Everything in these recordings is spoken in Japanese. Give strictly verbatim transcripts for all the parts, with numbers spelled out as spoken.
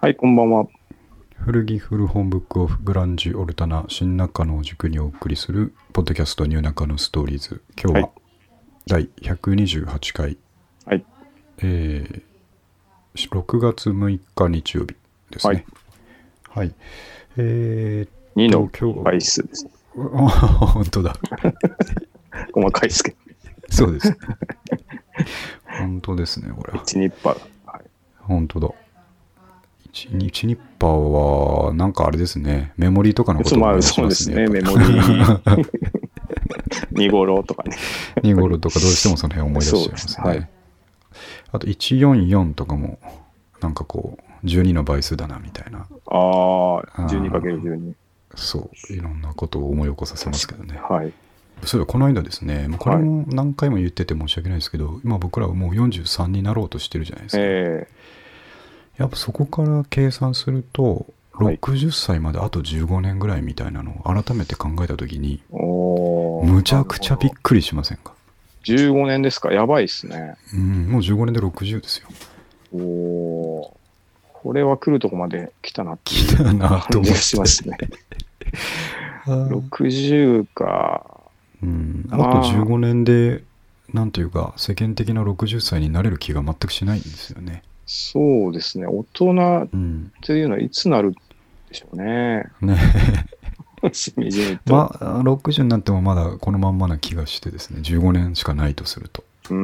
はい、こんばんは。 古着古本ブックオフグランジオルタナ新中野を軸にお送りするポッドキャストニューナカのストーリーズ。今日はだいひゃくにじゅうはちかい、 はい、 えー、ろくがつむいか日曜日ですね。はい。はい、えー、 にの倍数です。 あ、本当だ。 細かいですけど。 そうです。本当ですね、これ。 いちニッパー。はい、 本当だ。いちニッパーは、なんかあれですね、メモリーとかのこともありますね。 そうですね、メモリー。にごろとかね。 にごろとかどうしてもその辺思い出しちゃいますね。はい、あといちよんよんとかも、なんかこう、じゅうにの倍数だなみたいな。 ああ、じゅうにかけるじゅうに。 そう、いろんなことを思い起こさせますけどね。 はい。 そういえばこの間ですね、これも何回も言ってて申し訳ないですけど、はい、今僕らはもうよんじゅうさんになろうとしてるじゃないですか。えーやっぱそこから計算するとろくじゅっさいまであとじゅうごねんぐらいみたいなのを改めて考えたときに、 おむちゃくちゃびっくりしませんか？ じゅうごねんですか？やばいっすね。 うん、もうじゅうごねんでろくじゅうですよ。 おー、これは来るとこまで来たなって来たなと感じがしますね。ろくじゅうか。 うん、あとじゅうごねんでなんていうか世間的なろくじゅっさいになれる気が全くしないんですよね。 そうですね。大人っていうのはいつなるでしょうね。 うん、ねしみじみと。 まあ、ろくじゅうになってもまだこのまんまな気がしてですね、じゅうごねんしかないとすると。 うん。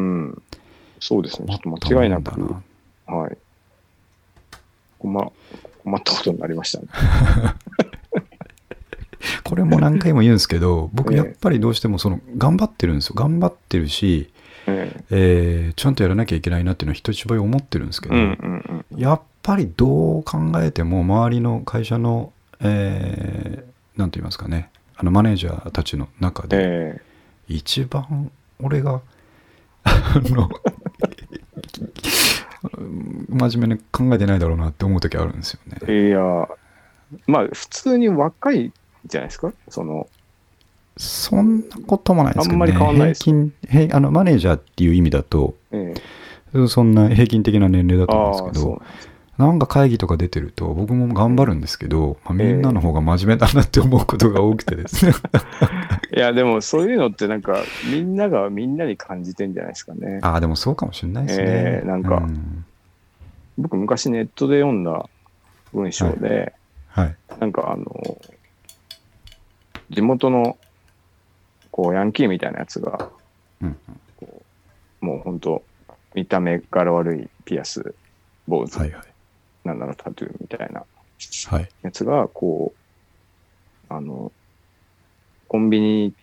そうですね。ちょっと間違いなく。なはい。困、困ったことになりましたね。 これも何回も言うんですけど、僕やっぱりどうしてもその頑張ってるんですよ。頑張ってるし、えええー、ちゃんとやらなきゃいけないなっていうのは人一倍思ってるんですけど、うんうんうん、やっぱりどう考えても周りの会社の、えー、なんて言いますかね、あのマネージャーたちの中で、えー、一番俺があの真面目に考えてないだろうなって思う時あるんですよね。 いや、まあ普通に若いじゃないですか、その。 そんなこともないですけどね。 あんまり変わんないですか？ 平均、平あのマネージャーっていう意味だと、ええ、そんな平均的な年齢だと思うんですけど、なんか会議とか出てると僕も頑張るんですけど、まあ、みんなの方が真面目だなって思うことが多くてですね。 いやでもそういうのってなんかみんながみんなに感じてんじゃないですかね。 ああ、でもそうかもしれないですね。 えー、なんか、うん、僕昔ネットで読んだ文章で、はいはい、なんかあの地元のこうヤンキーみたいなやつが、うん、こうもう本当見た目から悪いピアス、坊主、はいはい、なんならタトゥーみたいなやつがこう、はい、あのコンビニに行って、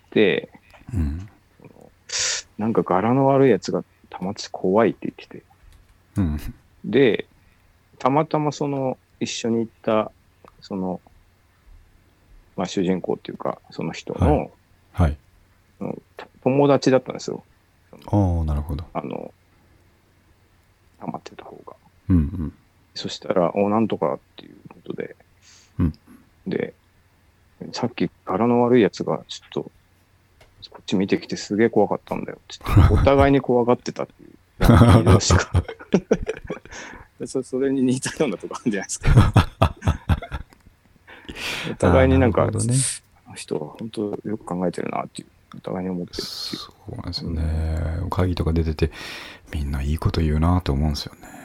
うん、なんか柄の悪いやつがたまつ怖いって言ってて、うん、でたまたまその一緒に行ったその、まあ、主人公っていうかその人の、はいはい、友達だったんですよ。 ああ、なるほど。 あの溜まってた方が、うんうん、そしたらおなんとかっていうことで、うん、でさっき柄の悪いやつがちょっとこっち見てきてすげえ怖かったんだよって言ってお互いに怖がってたっていう話かそ, それに似たようなとこあるんじゃないですかお互いになんか、ね、人は本当よく考えてるなっていうお互いに思ってるっていう。 そうなんですよね、うん、会議とか出ててみんないいこと言うなと思うんですよね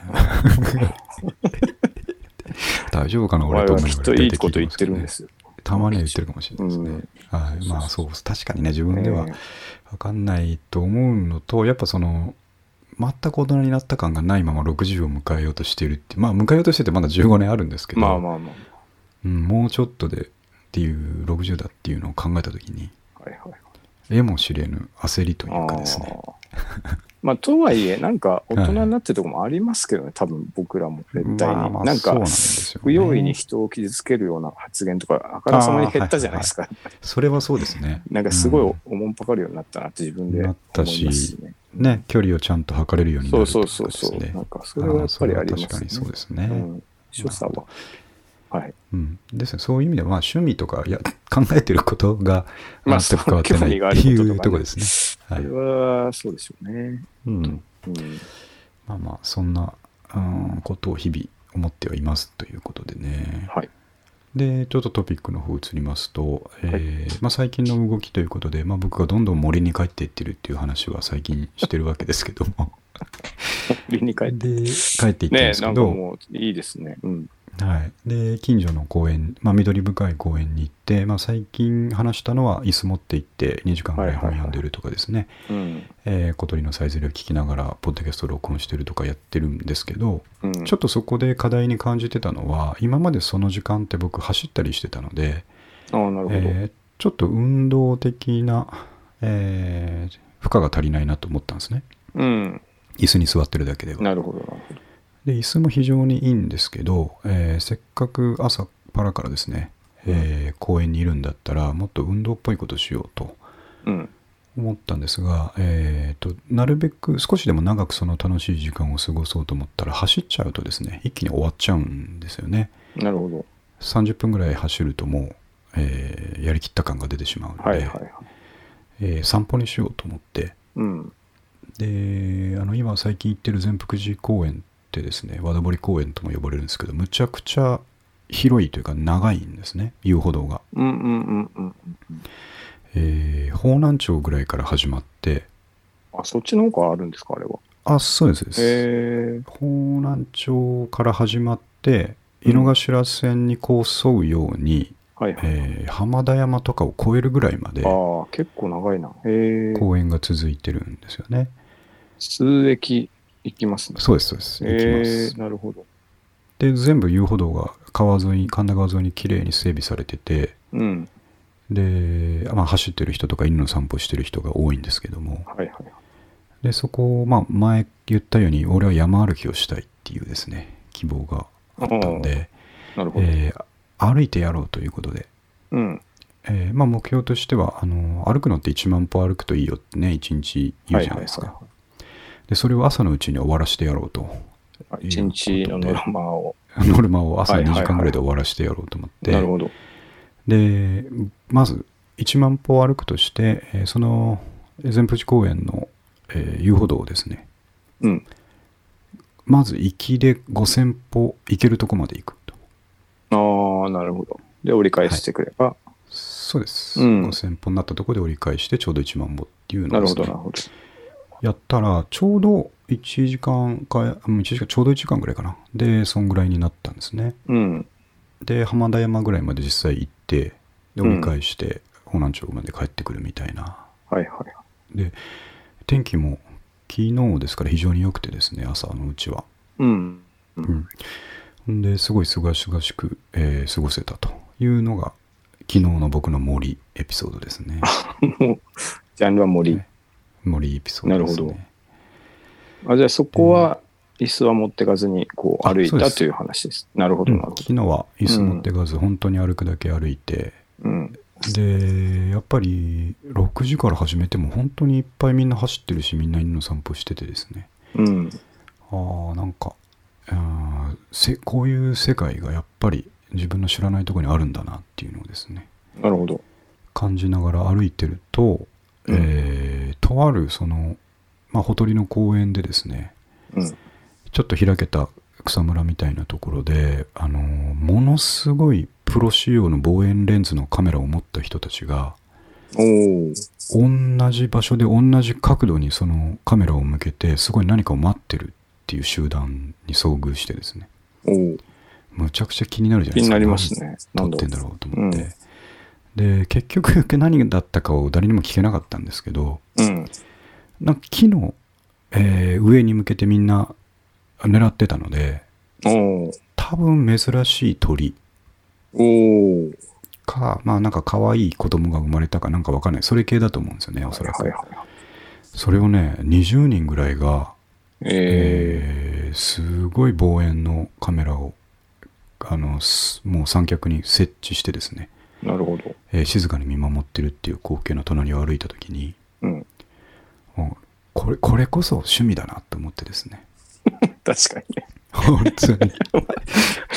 大丈夫かな俺と思いきっといいこと言ってるんですよ。 たまには言ってるかもしれないですね、うんはい、まあそう確かにね自分では分かんないと思うのと、やっぱその全く大人になった感がないままろくじゅうを迎えようとしているってまあ迎えようとしててまだじゅうごねんあるんですけど、 まあまあまあ、 うん、もうちょっとでっていうろくじゅうだっていうのを考えたときに、はいはいはい、えも知れぬ焦りというかですね。 まあとはいえなんか大人になってるところもありますけどね、はい、多分僕らも絶対に、まあまあなんか不用意に人を傷つけるような発言とかあからさまに減ったじゃないですか。 はいはいはい、それはそうですね。 なんかすごいおもんぱかるようになったなって自分で思いますしね。なったしね、距離をちゃんと測れるようになるとかですね。 そうそうそうそう。なんかそれはやっぱりありますね。 確かにそうですね。うん、 所作は。はいうん、ですね、そういう意味では、まあ、趣味とかや考えてることが全く変わってないっていうところですね。 それはそうでしょうね。 うんうん、まあまあそんな、うん、ことを日々 思ってはいますということでね。 はい。 で、ちょっとトピックの方移りますと、えーはいまあ、最近の動きということで、まあ、僕がどんどん森に帰っていってるっていう話は最近してるわけですけども森に帰ってで帰っていったんですけど、 ね、なんかもういいですね。うん。 はい、で近所の公園、まあ、緑深い公園に行って、まあ、最近話したのは椅子持って行ってにじかんぐらい本読んでるとかですね、 うんえー小鳥のさえずりを聞きながらポッドキャストを録音してるとかやってるんですけど、 うん、 ちょっとそこで課題に感じてたのは、今までその時間って僕走ったりしてたので、 ああ、なるほど。 えーちょっと運動的な、えー負荷が足りないなと思ったんですね。 うん。 椅子に座ってるだけでは。 なるほど、なるほど。 で椅子も非常にいいんですけど、えーせっかく朝パラからですね、えー公園にいるんだったらもっと運動っぽいことしようとうん。 思ったんですが、えーとなるべく少しでも長くその楽しい時間を過ごそうと思ったら、走っちゃうとですね一気に終わっちゃうんですよね。 なるほど。 さんじゅっぷんぐらい走るともう、えーやりきった感が出てしまうので、 はいはいはい。 えー散歩にしようと思って、 うん。 であの今最近行ってる善福寺公園ってですね、和田堀公園とも呼ばれるんですけど、むちゃくちゃ広いというか長いんですね、遊歩道が。 うんうんうんうん。 えー、方南町ぐらいから始まって、 あ、そっちの方があるんですか、あれは。 あ、そうですです。 へえ。 方南町から始まって井の頭線にこう沿うように、 はいはい。 えー浜田山とかを越えるぐらいまでああ、結構長いな。へえ。 公園が続いてるんですよね。 数駅行きますね。 そうですそうです。行きまへす。 え、なるほど。 で全部遊歩道が川沿い、神田川沿いにきれいに整備されてて、 うん。 で、まあ、走ってる人とか犬の散歩してる人が多いんですけども、 はいはい。 でそこを、まあ、前言ったように俺は山歩きをしたいっていうですね希望があったんで、 なるほど。 えー歩いてやろうということで、 うん。 えーまあ、目標としてはあの歩くのっていちまん歩歩くといいよってねいちにち言うじゃないですか。 はいはいはいでそれを朝のうちに終わらせてやろうとはい。一日のノルマを。 ノルマを朝はいはいはいにじかんぐらいで終わらせてやろうと思って、 なるほど。 でまずいちまん歩歩くとして、えーその善福寺公園の、えー遊歩道をですね、 うん。 まず行きでごせん歩行けるとこまで行くと。 ああ、なるほど。で、折り返してくれば。 そうです、 うん、 ごせん歩になったところで折り返してちょうどいちまん歩っていうのをですね、 なるほど、なるほど。 やったらちょうどいちじかんかいちじかんちょうどいちじかんぐらいかなでそんぐらいになったんですね。 うん。 で浜田山ぐらいまで実際行ってで折り返して方南町まで帰ってくるみたいな、 はいはいで天気も昨日ですから非常に良くてですね、朝のうちは、 うんううんん、ですごいすがすがしく、えー過ごせたというのが昨日の僕の森エピソードですね。 もうジャンルは森、 ね森エピソードですね。 なるほど。あ、じゃあそこは椅子は持ってかずにこう歩いたという話です。なるほどうんなるほど。 昨日は椅子持ってかず、本当に歩くだけ歩いて、 うん。 でやっぱりろくじから始めても本当にいっぱいみんな走ってるし、みんな犬の散歩しててですね、 うん。 ああなんかあせこういう世界がやっぱり自分の知らないところにあるんだなっていうのをですねなるほど。 感じながら歩いてると、 うんえーとあるその、まあ、ほとりの公園でですね、 うん。 ちょっと開けた草むらみたいなところで、あのーものすごいプロ仕様の望遠レンズのカメラを持った人たちがおお。 同じ場所で同じ角度にそのカメラを向けてすごい何かを待ってるっていう集団に遭遇してですね、 おお。 むちゃくちゃ気になるじゃないですか。 気になりますね。 撮ってんだろうと思って、うん、で結局何だったかを誰にも聞けなかったんですけど、 うん。 なんか木の、えー上に向けてみんな狙ってたので、 おお。 多分珍しい鳥おお。 か、まあなんか可愛い子供が生まれたかなんかわかんない、それ系だと思うんですよね、おそらく。 はいはいはい。 それをねにじゅうにんぐらいが、 えーえーすごい望遠のカメラをあのすもう三脚に設置してですね、 なるほど。 えー静かに見守ってるっていう光景の隣を歩いた時に、 うん。 もうこれこれこそ趣味だなと思ってですね。 確かにね。 本当に趣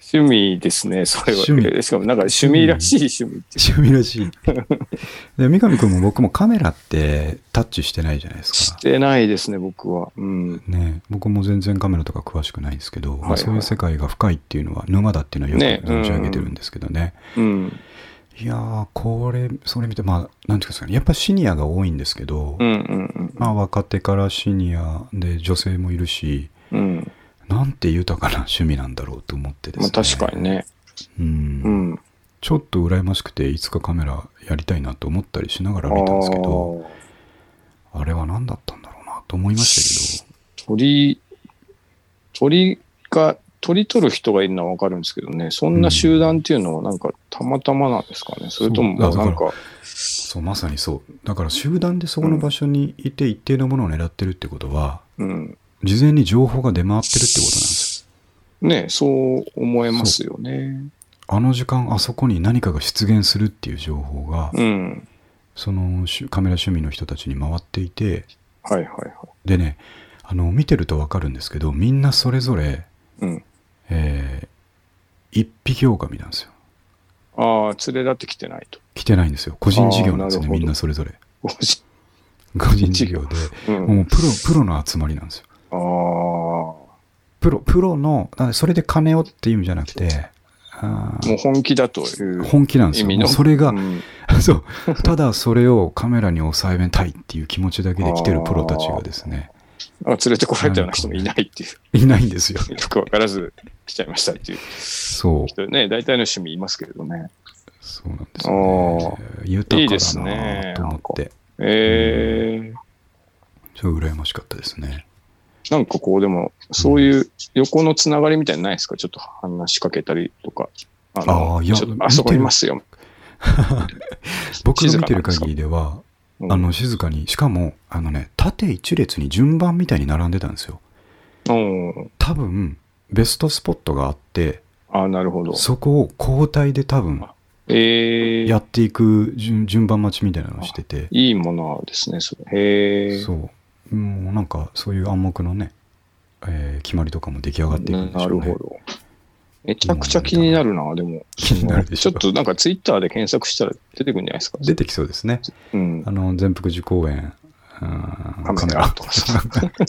趣味ですね、それは。 趣味。 しかもなんか趣味らしい趣味っていう。趣味らしい。で、三上くんも僕もカメラってタッチしてないじゃないですか。 してないですね、僕は。うん。 ね、僕も全然カメラとか詳しくないんですけど、はいはい、まあ、そういう世界が深いっていうのは、沼だっていうのはよく存じ上げてるんですけどね。 ねうん。 いやー、これ、それ見て、まあ、なんていうんですかね、やっぱシニアが多いんですけど、 うんうんうん、 まあ、若手からシニアで女性もいるし、 うん、 なんて豊かな趣味なんだろうと思ってですね。 まあ、確かにね。 うん。うん、ちょっと羨ましくて、いつかカメラやりたいなと思ったりしながら見たんですけど、あ, あれは何だったんだろうなと思いましたけど。 鳥、鳥が、鳥取る人がいるのは分かるんですけどね、そんな集団っていうのはなんかたまたまなんですかね、うん、それとももうなんかそう、まさにそう。だから集団でそこの場所にいて一定のものを狙ってるってことは、うん、事前に情報が出回ってるってことなんですよ。ね、そう思えますよね。 あの時間あそこに何かが出現するっていう情報が、 うん、 そのカメラ趣味の人たちに回っていて、 はいはいはい。 でね、あの見てると分かるんですけど、みんなそれぞれ、うんえー、一匹狼なんですよ。 ああ、連れ立ってきてないと。 来てないんですよ。個人事業なんですね、みんなそれぞれ。個人個人事業で、うん、もうプロ、プロの集まりなんですよ。 ああ。 プロ、プロの、それで金をっていう意味じゃなくて、 あもう本気だという本気なんですよ。もうそれが、うん、そう、ただそれをカメラに収めたいっていう気持ちだけで来てるプロたちがですね。 あ連れてこられたような人もいないっていう。 いないんですよ。 よくわからず来ちゃいましたっていう。 そう。 人ね、大体の趣味いますけれどね。 そうなんですよね。豊かだなと思って。いいですね、 えーうん。 超羨ましかったですね。 なんかこうでも、そういう横のつながりみたいなのないですか、ちょっと話しかけたりとか。あのあいやちょっとあそこいますよ。 僕が見てる限りでは、うん、あの静かに、しかもあのね、縦一列に順番みたいに並んでたんですよ。多分ベストスポットがあって、 あなるほど。 そこを交代で多分やっていく 順, 順番待ちみたいなのをしてて、 いいものですねそれ。へえ。 そうもうなんかそういう暗黙のね、えー、決まりとかも出来上がっていくんでしょうね。 なるほど。めちゃくちゃ気になるな、でも。 気になるでしょ。 ちょっとなんかツイッターで検索したら出てくるんじゃないですか。 出てきそうですね。うん、あの、善福寺公園、 カメラとかさ。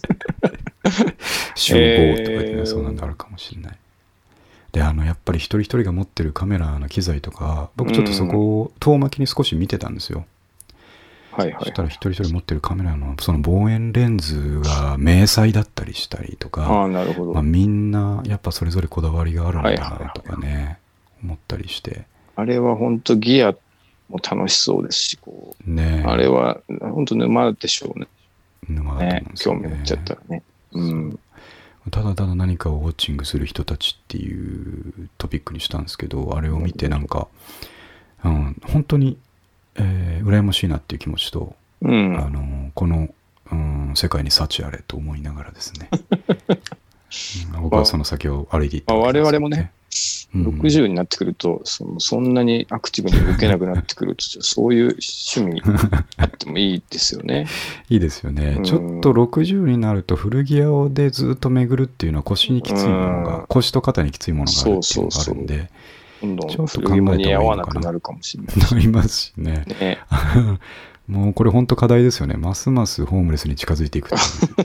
集合とか言ってね、そうなんであるかもしれない。で、あの、やっぱり一人一人が持ってるカメラの機材とか、僕ちょっとそこを遠巻きに少し見てたんですよ。 はいはい、 そしたら一人一人持ってるカメラのその望遠レンズが迷彩だったりしたりとか、 あなるほど、 まあ、みんなやっぱそれぞれこだわりがあるんだなとかね、はいはいはい、思ったりして、 あれは本当ギアも楽しそうですし、こう、ね、あれは本当沼でしょうね。 沼だと思うんですよね。 興味持っちゃったらね。うん。 ただただ何かをウォッチングする人たちっていうトピックにしたんですけど、あれを見てなんか、うん、本当にえー、羨ましいなっていう気持ちと、うん、あのこの、うん、世界に幸あれと思いながらですね、うん、僕はその先を歩いていったわけです、ね、 我々もね、うん、ろくじゅうになってくると そ, のそんなにアクティブに動けなくなってくるとそういう趣味あってもいいですよね。 いいですよね、うん、ちょっとろくじゅうになると古着屋でずっと巡るっていうのは腰にきついものが、うん、腰と肩にきついものがあるっていうのがあるんで、そうそうそう、 どんどん古着も似合わなくなるかもしれない。 なりますしね。ねもうこれ本当課題ですよね。ますますホームレスに近づいていく。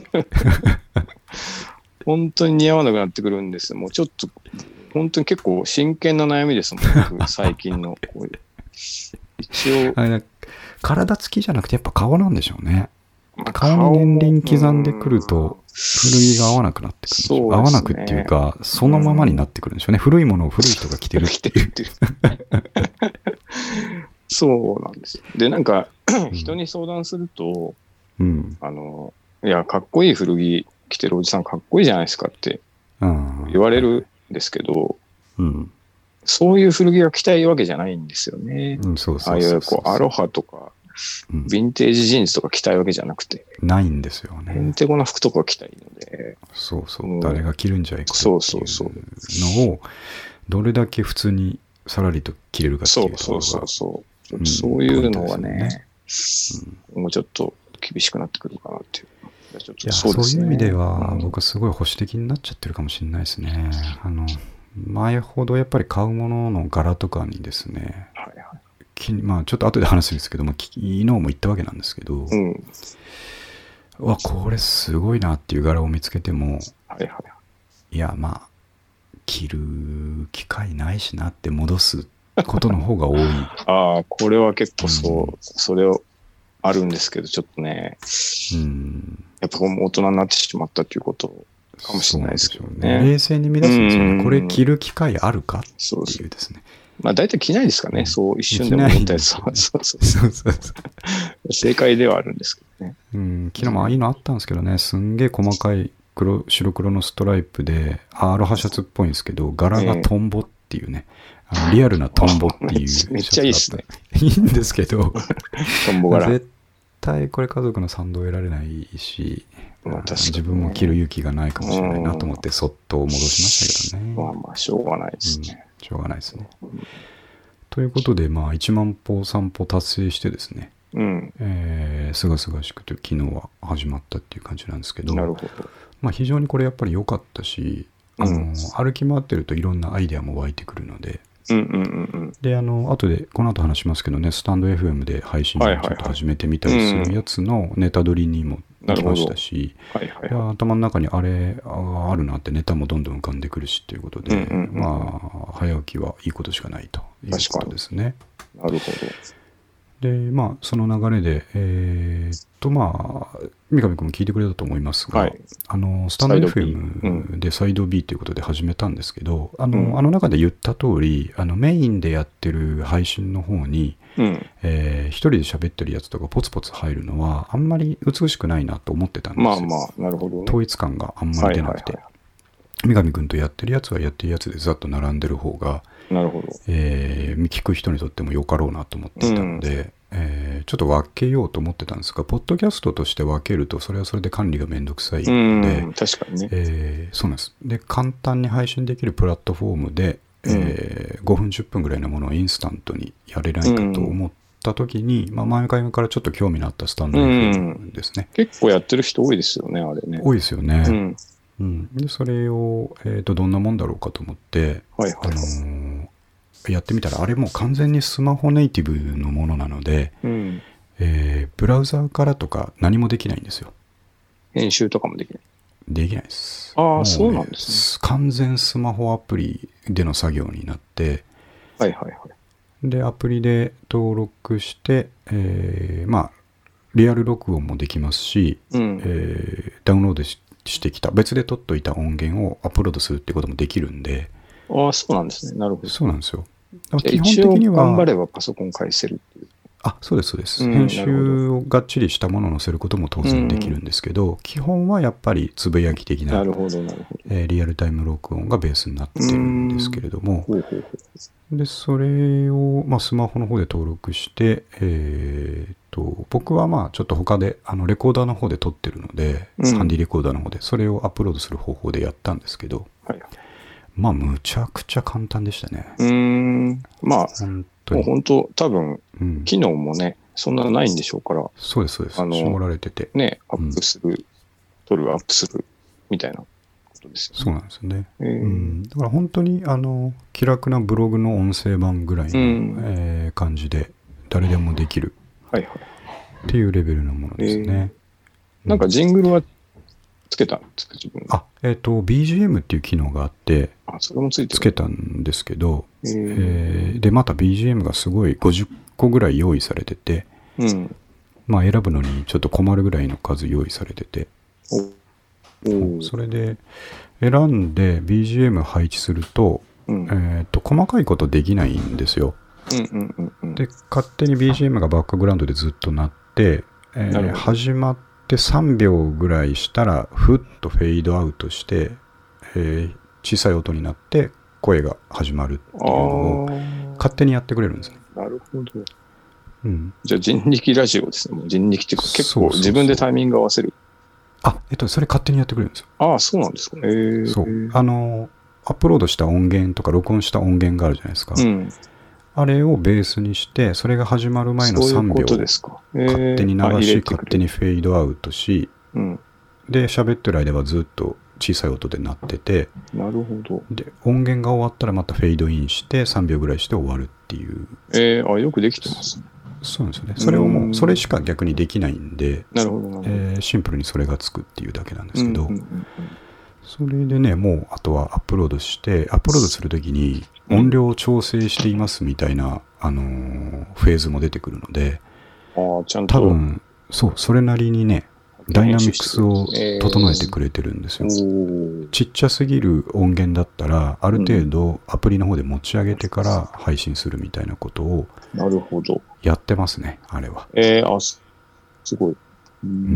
本当に似合わなくなってくるんです。もうちょっと本当に結構真剣な悩みですもん。最近のこういう一応体つきじゃなくてやっぱ顔なんでしょうね。顔に年輪刻んでくると古着が合わなくなってくるんでしょう。そうですね、合わなくっていうかそのままになってくるんでしょうね。古いものを古い人が着てるっていうそうなんですよ。でなんか人に相談すると、うん、あのいやかっこいい古着着てるおじさんかっこいいじゃないですかって言われるんですけど、うん、そういう古着が着たいわけじゃないんですよね。ああいうこうアロハとかヴィンテージジーンズとか着たいわけじゃなくて、 ないんですよね。 へんてこな服とか着たいので、 そうそう、うん、誰が着るんじゃいかっていうのをどれだけ普通にさらりと着れるかっていうところが、そうそうそうそう、うん、そういうのはね、ね、うん、もうちょっと厳しくなってくるかなっていう。ちょっとそうですね、 そういう意味では、うん、僕はすごい保守的になっちゃってるかもしれないですね。あの前ほどやっぱり買うものの柄とかにですね、 はいはい、 きまあちょっと後で話すんですけども、昨日も行ったわけなんですけど、 うん、 うわ、これすごいなっていう柄を見つけても、 はいはい、 いや、まあ、着る機会ないしなって戻すことの方が多い。 ああ、これは結構そう、うん、それをあるんですけど、ちょっとね、 うん、 やっぱ大人になってしまったということかもしれないですけどね。 冷静に見出すんですよね。これ着る機会あるかっていうですね。そうそう、 まあ大体着ないですかね、うん、そう一瞬でも思ったやつは。そうそうそうそう正解ではあるんですけどね。 うん、昨日もああいうのあったんですけどね、すんげえ細かい黒白黒のストライプで、アロハシャツっぽいんですけど、柄がトンボっていうね、えー、あのリアルなトンボっていうシャツだった。 めっちゃいいですね。 いいんですけど、 トンボ柄。 絶対これ家族の賛同を得られないし、 まあね、 自分も着る勇気がないかもしれないなと思って、そっと戻しましたけどね。 まあまあ、しょうがないですね。 うん、しょうがないですね。うん、ということで、まあ、いちまん歩散歩達成してですね、 うん、 えー、すがすがしくて昨日は始まったっていう感じなんですけど、 なるほど。 まあ、非常にこれやっぱり良かったし、あの、うん、歩き回ってるといろんなアイデアも湧いてくるので、 うんうんうんうん、で、 あの、後で、この後話しますけどね、スタンド エフエム で配信をちょっと始めてみたりするやつのネタ取りにも行きましたし、 はいはいはい、 いや頭の中にあれ あ, あるなってネタもどんどん浮かんでくるしということで、うんうんうん、まあ、早起きはいいことしかないということですね。 なるほど。 で、まあ、その流れで、えー、っと、まあ、三上君も聞いてくれたと思いますが、はい、あの、スタンド エフエム でサイド B ということで始めたんですけど、うん、あの、あの中で言った通り、あの、メインでやってる配信の方に、うんえー、一人で喋ってるやつとかポツポツ入るのは、あんまり美しくないなと思ってたんですよ。 まあまあ、なるほど、ね。 統一感があんまり出なくて。はいはいはい、三上君とやってるやつはやってるやつでざっと並んでる方が、 なるほど。 えー、聞く人にとってもよかろうなと思っていたので、うんえー、ちょっと分けようと思ってたんですが、ポッドキャストとして分けると、それはそれで管理がめんどくさいので、 うん確かにね、 えー、そうなんです。で、簡単に配信できるプラットフォームで、うんえー、ごふんじゅっぷんぐらいのものをインスタントにやれないかと思ったときに、うんまあ、前回からちょっと興味のあったスタンド エフエム ですね、 うん。結構やってる人多いですよね、あれね。 多いですよね。うんうん、でそれを、えーと、どんなもんだろうかと思って、 はいはいあのー、やってみたら、あれもう完全にスマホネイティブのものなので、うんえー、ブラウザーからとか何もできないんですよ。 編集とかもできない？ できないです。 ああ、そうなんですね。完全スマホアプリでの作業になって、 はいはいはい。 で、アプリで登録して、えー、まあ、リアル録音もできますし、うんえー、ダウンロードししてきた別で撮っといた音源をアップロードするってこともできるんで。 ああ、そうなんですね。なるほど。 そうなんですよ。 基本的には頑張ればパソコン返せるっていう。 あ、そうですそうです、うん、編集をがっちりしたものを載せることも当然できるんですけど、うん、基本はやっぱりつぶやき的な、 なるほどなるほど、 えー、リアルタイム録音がベースになってるんですけれども、ほうほうほうでそれを、まあ、スマホの方で登録して、えー、と僕はまあちょっと他であのレコーダーの方で撮ってるので、うん、ハンディレコーダーの方でそれをアップロードする方法でやったんですけど、はい、まあむちゃくちゃ簡単でしたね。 うーんまあ本当にもう本当多分、うん、機能もねそんなないんでしょうから、 そうですそうです、 あの絞られててねアップする、うん、撮るアップするみたいなことですよね。 そうなんですよね、えーうん、だから本当にあの気楽なブログの音声版ぐらいの、うんえー、感じで誰でもできるっていうレベルのものですね、 えー、なんかジングルはつけたんですか自分あえっ、ー、と ビージーエム っていう機能があってあそれもついてるつけたんですけど、えーえー、でまた ビージーエム がすごいごじゅっこぐらい用意されてて、うん、まあ選ぶのにちょっと困るぐらいの数用意されてて、おそれで選んで ビージーエム 配置すると、うん、えー、と細かいことできないんですよ、うんうんうんうん、で勝手に ビージーエム がバックグラウンドでずっと鳴って、えー、始まってさんびょうぐらいしたらふっとフェードアウトして、えー、小さい音になって声が始まるっていうのを勝手にやってくれるんですね。 なるほど、うん、じゃあ人力ラジオですね。もう人力っていうか結構自分でタイミング合わせる。 あ、えっとそれ勝手にやってくれるんですよ。 ああそうなんですか。へーそうあのアップロードした音源とか録音した音源があるじゃないですか、うん、あれをベースにしてそれが始まる前のさんびょうを勝手に流し勝手にフェードアウトし、うん、で喋ってる間はずっと小さい音で鳴ってて、 なるほど。 で音源が終わったらまたフェードインしてさんびょうぐらいして終わるっていう。 えー、あ、よくできてますね。 そうなんですよね。それをもうそれしか逆にできないんで、 なるほどなるほど、 えー、シンプルにそれがつくっていうだけなんですけど、 うんうんうんうん、 それでね、もうあとはアップロードして、アップロードするときに音量を調整していますみたいな、あのー、フェーズも出てくるので、 あ、ちゃんと多分そうそれなりにねダイナミックスを整えてくれてるんですよ、えー、ちっちゃすぎる音源だったらある程度アプリの方で持ち上げてから配信するみたいなことをなるほどやってますね、あれは。 えー、あ、すごい。うーん、 うん、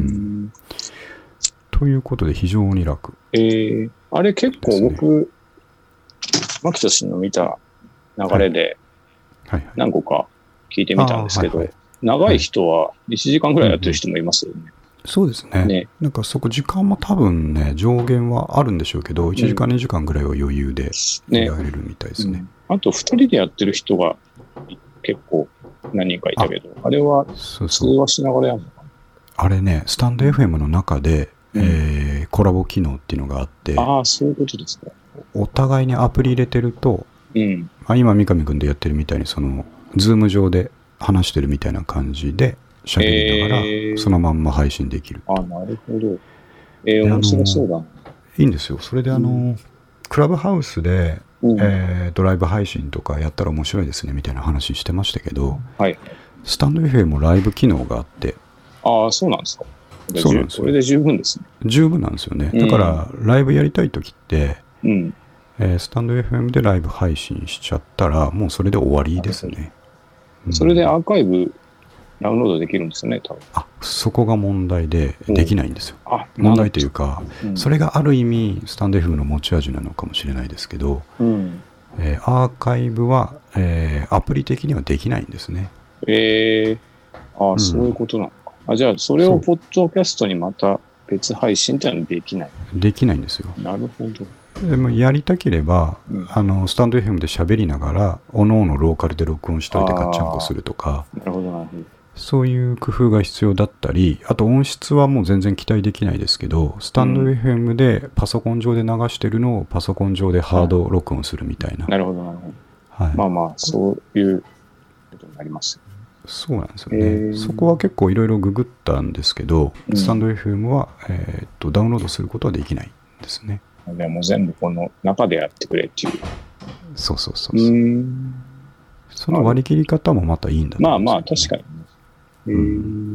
ということで非常に楽。 えー、あれ結構僕、マキトシの見た流れで何個か聞いてみたんですけど、はいはいはい、長い人はいちじかんぐらいやってる人もいますよね。 うんうん、そうですね。ね、なんかそこ時間も多分ね上限はあるんでしょうけど、いちじかん、うん、にじかんぐらいは余裕でやれるみたいですね。ね、 うん、あとふたりでやってる人が結構何人かいたけど、あ, あれは通話しながらやるのかな。 あれね、スタンド エフエム の中で、うん、えー、コラボ機能っていうのがあって、 ああ、そういうことですか。 お互いにアプリ入れてると、 うん、 まあ、今三上くんでやってるみたいにそのズーム上で話してるみたいな感じで喋りながら、えー、そのまんま配信できる。 あ、なるほど。えー、面白そうだ。 いいんですよ。それであの、うん、クラブハウスで、うん、えー、ドライブ配信とかやったら面白いですねみたいな話してましたけど、 はい、 スタンド エフエム もライブ機能があって。 ああ、そうなんですか。そうなんですよ。それで十分ですね。 十分なんですよね。だから、うん、ライブやりたいときって、 うん、 えー、スタンド エフエム でライブ配信しちゃったらもうそれで終わりですね。 うん、それでアーカイブダウンロードできるんですよね、多分。 あ、そこが問題でできないんですよ。あ、問題というか、うん、それがある意味スタンド エフエム の持ち味なのかもしれないですけど、 うん、 えー、アーカイブは、えー、アプリ的にはできないんですね。 えー、あ、うん、そういうことなのか。あ、じゃあそれをポッドキャストにまた別配信ってのはできない。 できないんですよ。 なるほど。 でもやりたければ、うん、あのスタンド エフエム で喋りながらおのおのローカルで録音しといてガッチャンコするとか、 なるほどなるほど。 そういう工夫が必要だったり、あと音質はもう全然期待できないですけど、スタンド エフエム でパソコン上で流してるのをパソコン上でハード録音するみたいな。 なるほどなるほど。はい、まあまあそういうことになります。 そうなんですよね。そこは結構いろいろググったんですけど、うん、スタンド エフエム は、えー、っとダウンロードすることはできないんですね。 でも全部この中でやってくれっていう。 そうそうそうそう。うんその割り切り方もまたいいんだと思うんですよね。まあまあ確かに。うん、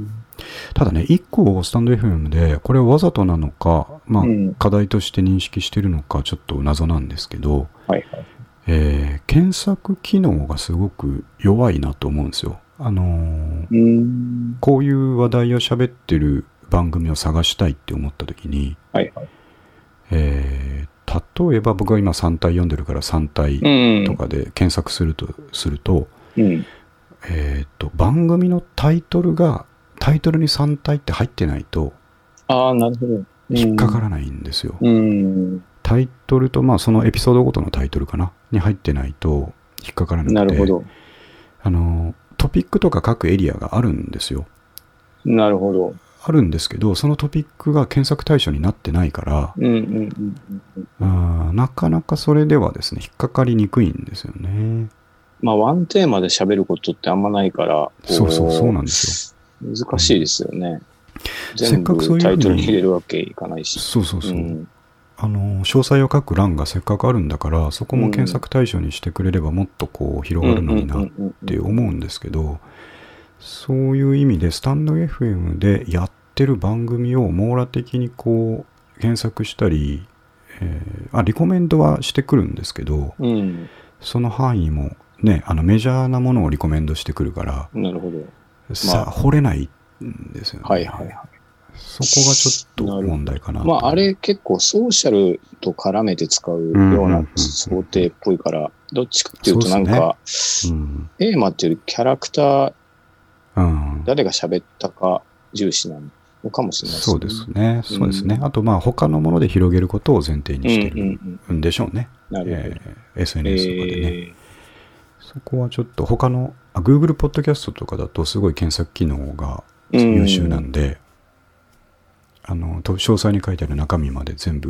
ただね、いっこスタンド エフエム でこれはわざとなのか、まあ、うん、課題として認識しているのかちょっと謎なんですけど、 はいはい、 えー、検索機能がすごく弱いなと思うんですよ。あのー、うんこういう話題を喋ってる番組を探したいって思った時に、 はいはい、 えー、例えば僕は今さん体読んでるからさん体とかで検索すると、すると、 うんえー、と番組のタイトルがタイトルにさん体って入ってないとああなるほど引っかからないんですよ。 うんタイトルとまあそのエピソードごとのタイトルかなに入ってないと引っかからなくて、 なるほど。 あのトピックとか各エリアがあるんですよ。 なるほど。 あるんですけどそのトピックが検索対象になってないから、 うんうんうんうん、あなかなかそれではですね引っかかりにくいんですよね。 まあワンテーマで喋ることってあんまないからそうそうそうなんですよ。難しいですよね。うん、全部タイトルに入れるわけいかないし。 そうそうそう。うん、あの詳細を書く欄がせっかくあるんだからそこも検索対象にしてくれればもっとこう広がるのになって思うんですけど、そういう意味でスタンド エフエム でやってる番組を網羅的にこう検索したり、えー、あリコメンドはしてくるんですけど、 うん、 その範囲もねあのメジャーなものをリコメンドしてくるからなるほど、 さあ、まあ、掘れないんですよね。 はいはいはい。 そこがちょっと問題かな。 まああれ結構ソーシャルと絡めて使うような想定っぽいから、どっちかっていうとなんか、 うん、 テーマっていうよりキャラクター、 うん、 誰が喋ったか重視なのかもしれないですね。 そうですね。そうですね。うん、あとまあ他のもので広げることを前提にしてるんでしょうね。 なるほど。 えー、エスエヌエス とかでね。えー、そこはちょっと他のあ Google ポッドキャストとかだとすごい検索機能が優秀なんで、うん、あの詳細に書いてある中身まで全部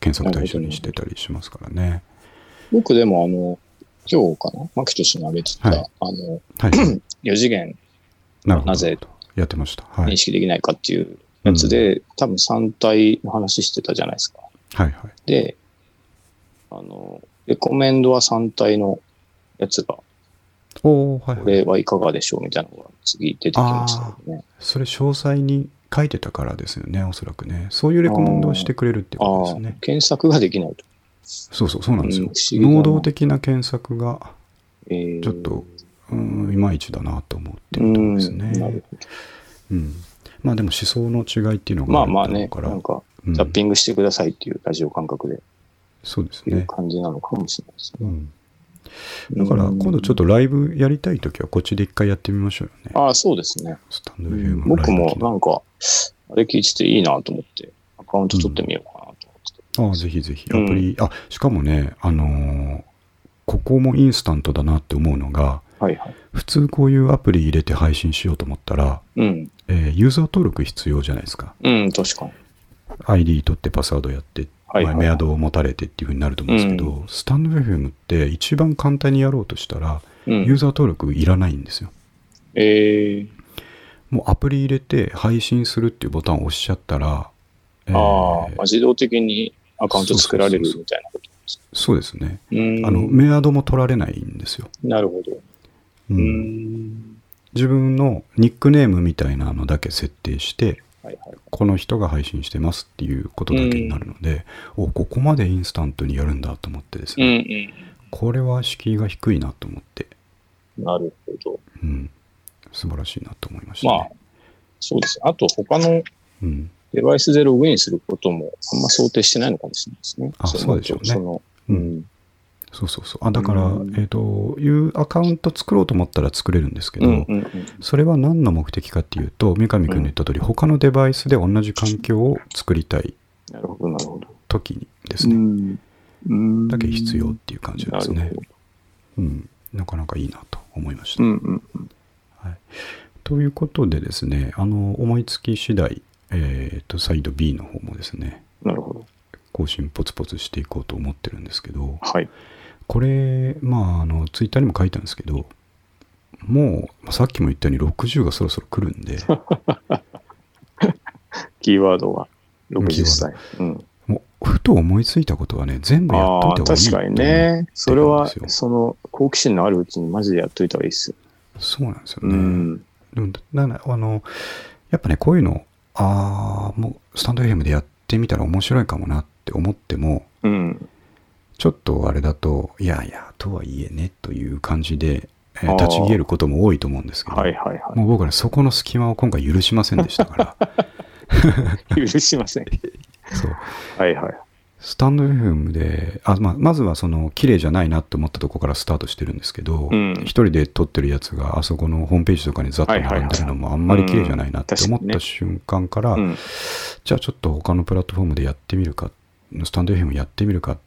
検索対象にしてたりしますからね。 僕でもあの、今日かなマキト氏が上げてた、はい、あの、はい、よ次元な, なぜやってました、 はい、認識できないかっていうやつで、うん、多分さん体の話してたじゃないですか。 はいはい。 で、あの、レコメンドはさん体のやつが、 おはいはい、 これはいかがでしょうみたいなのが次出てきましたよね。 それ詳細に書いてたからですよね、おそらくね。そういうレコメンドをしてくれるっていうことですね。 検索ができないと。 そうそう、そうなんですよ。うん、能動的な検索が、ちょっと、えー、うん、いまいちだなと思ってるところですね。なるほど。うん。まあでも思想の違いっていうのがあるから。まあまあね、 なんか、ザッピングしてくださいっていうラジオ感覚で、 そうですね。 いう感じなのかもしれないですね。 うんだから今度ちょっとライブやりたいときはこっちで一回やってみましょうよね。 ああ、そうですね。 スタンド エフエムのライブ。僕もなんか、あれ聞いてていいなと思って、アカウント取ってみようかなと思ってて。 うん、ああ、ぜひぜひ。アプリ、うん、あ、しかもね、あのー、ここもインスタントだなって思うのが、 はいはい、 普通こういうアプリ入れて配信しようと思ったら、 うんえー、ユーザー登録必要じゃないですか。 うん、確かに。 アイディー 取ってパスワードやって、はいはい、メアドを持たれてっていう風になると思うんですけど、うん、スタンド エフエム って一番簡単にやろうとしたら、うん、ユーザー登録いらないんですよ。 えー、 もうアプリ入れて配信するっていうボタンを押しちゃったら、 えー、ああ、自動的にアカウント作られるみたいなことですか。 そうですね。あのメアドも取られないんですよ。 なるほど。 うん、うん自分のニックネームみたいなのだけ設定して、はいはい、この人が配信してますっていうことだけになるので、うん、おここまでインスタントにやるんだと思ってですね、 うんうん、 これは敷居が低いなと思って、 なるほど、 うん、素晴らしいなと思いましたね。 まあそうです。あと他のデバイスでログインすることもあんま想定してないのかもしれないですね。 あ、そうでしょうね。 その、うん、 そうそうそう。あ、だから、うん、えっと、いうアカウント作ろうと思ったら作れるんですけど、うんうんうん、それは何の目的かっていうと、三上君の言った通り、うん、他のデバイスで同じ環境を作りたい時にですね、 うんうん、 だけ必要っていう感じですね。うん、なかなかいいなと思いました。 うんうんうんはい、ということでですね、あの思いつき次第、えーと、サイド B の方もですね、 なるほど。 更新ポツポツしていこうと思ってるんですけど、 はい。 これ、まあ、あの、ツイッターにも書いたんですけど、もう、さっきも言ったようにろくじゅうがそろそろ来るんで。 キーワードがろくじゅっさい。 うん、もう、ふと思いついたことはね、全部やっといた方がいい。 確かにね。それは、その、好奇心のあるうちにマジでやっといた方がいいですよ。 そうなんですよね。うん、でもだからあの、やっぱね、こういうの、ああ、もう、スタンド エフエム でやってみたら面白いかもなって思っても、 うん、 ちょっとあれだと、いやいや、とはいえね、という感じで、えー、立ち消えることも多いと思うんですけど、 はいはいはい、 もう僕はね、そこの隙間を今回許しませんでしたから。 許しません。 そう。 はいはい。 スタンド エフエム で、あ、まあ、まずはその、綺麗じゃないなと思ったところからスタートしてるんですけど、うん、一人で撮ってるやつが、あそこのホームページとかにざっと並んでるのもあんまり綺麗じゃないなって思った瞬間から、じゃあちょっと他のプラットフォームでやってみるか、スタンド エフエム やってみるかって、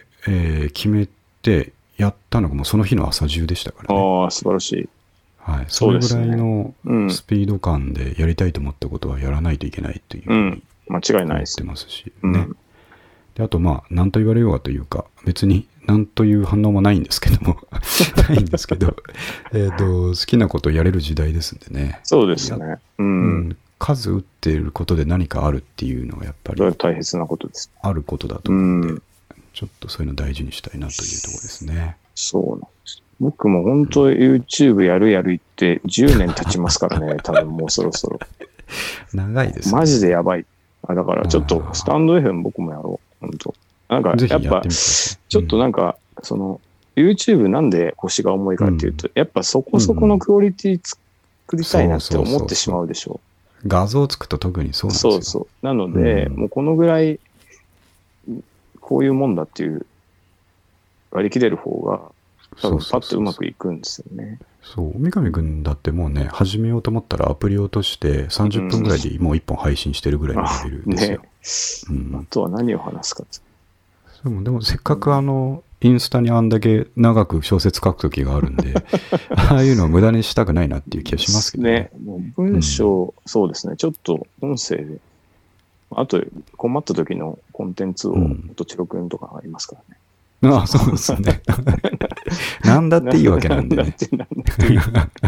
えー、決めてやったのがもうその日の朝中でしたからね。 ああ、素晴らしい。 はい。それぐらいのスピード感でやりたいと思ったことはやらないといけないというふうに間違いないです。 思ってますし、ね。うんであとまあ何と言われようかというか別に何という反応もないんですけどもないんですけどえと好きなことをやれる時代ですんでね。 そうですね、うんうん、 数打っていることで何かあるっていうのはやっぱり大切なことです。 あることだと思うんで、うん、ちょっとそういうの大事にしたいなというところですね。 そうなんです。僕も本当 YouTube やるやる言ってじゅうねん経ちますからね多分もうそろそろ長いです、ね、 マジでやばい。あだからちょっとスタンド エフエム 僕もやろう。本当なんかやっぱちょっとなんかその YouTube なんで腰が重いかっていうとやっぱそこそこのクオリティ作りたいなって思ってしまうでしょう。 画像をつくと特にそうなんですよ。 そうそうなので、うん、もうこのぐらいこういうもんだっていう割り切れる方が多分パッとうまくいくんですよね。 そう三上君だってもうね始めようと思ったらアプリを落としてさんじゅっぷんぐらいでもういっぽん配信してるぐらいのレベルですよ。 ねうん、あとは何を話すか。 でもでもせっかくあの、うん、インスタにあんだけ長く小説書く時があるんでああいうのを無駄にしたくないなっていう気がしますけどね。 ねもう文章、うん、そうですねちょっと音声であと、困った時のコンテンツを、とちろくんとかありますからね。 うん、ああ、そうですね。なんだっていいわけなんでね。なんだっていい。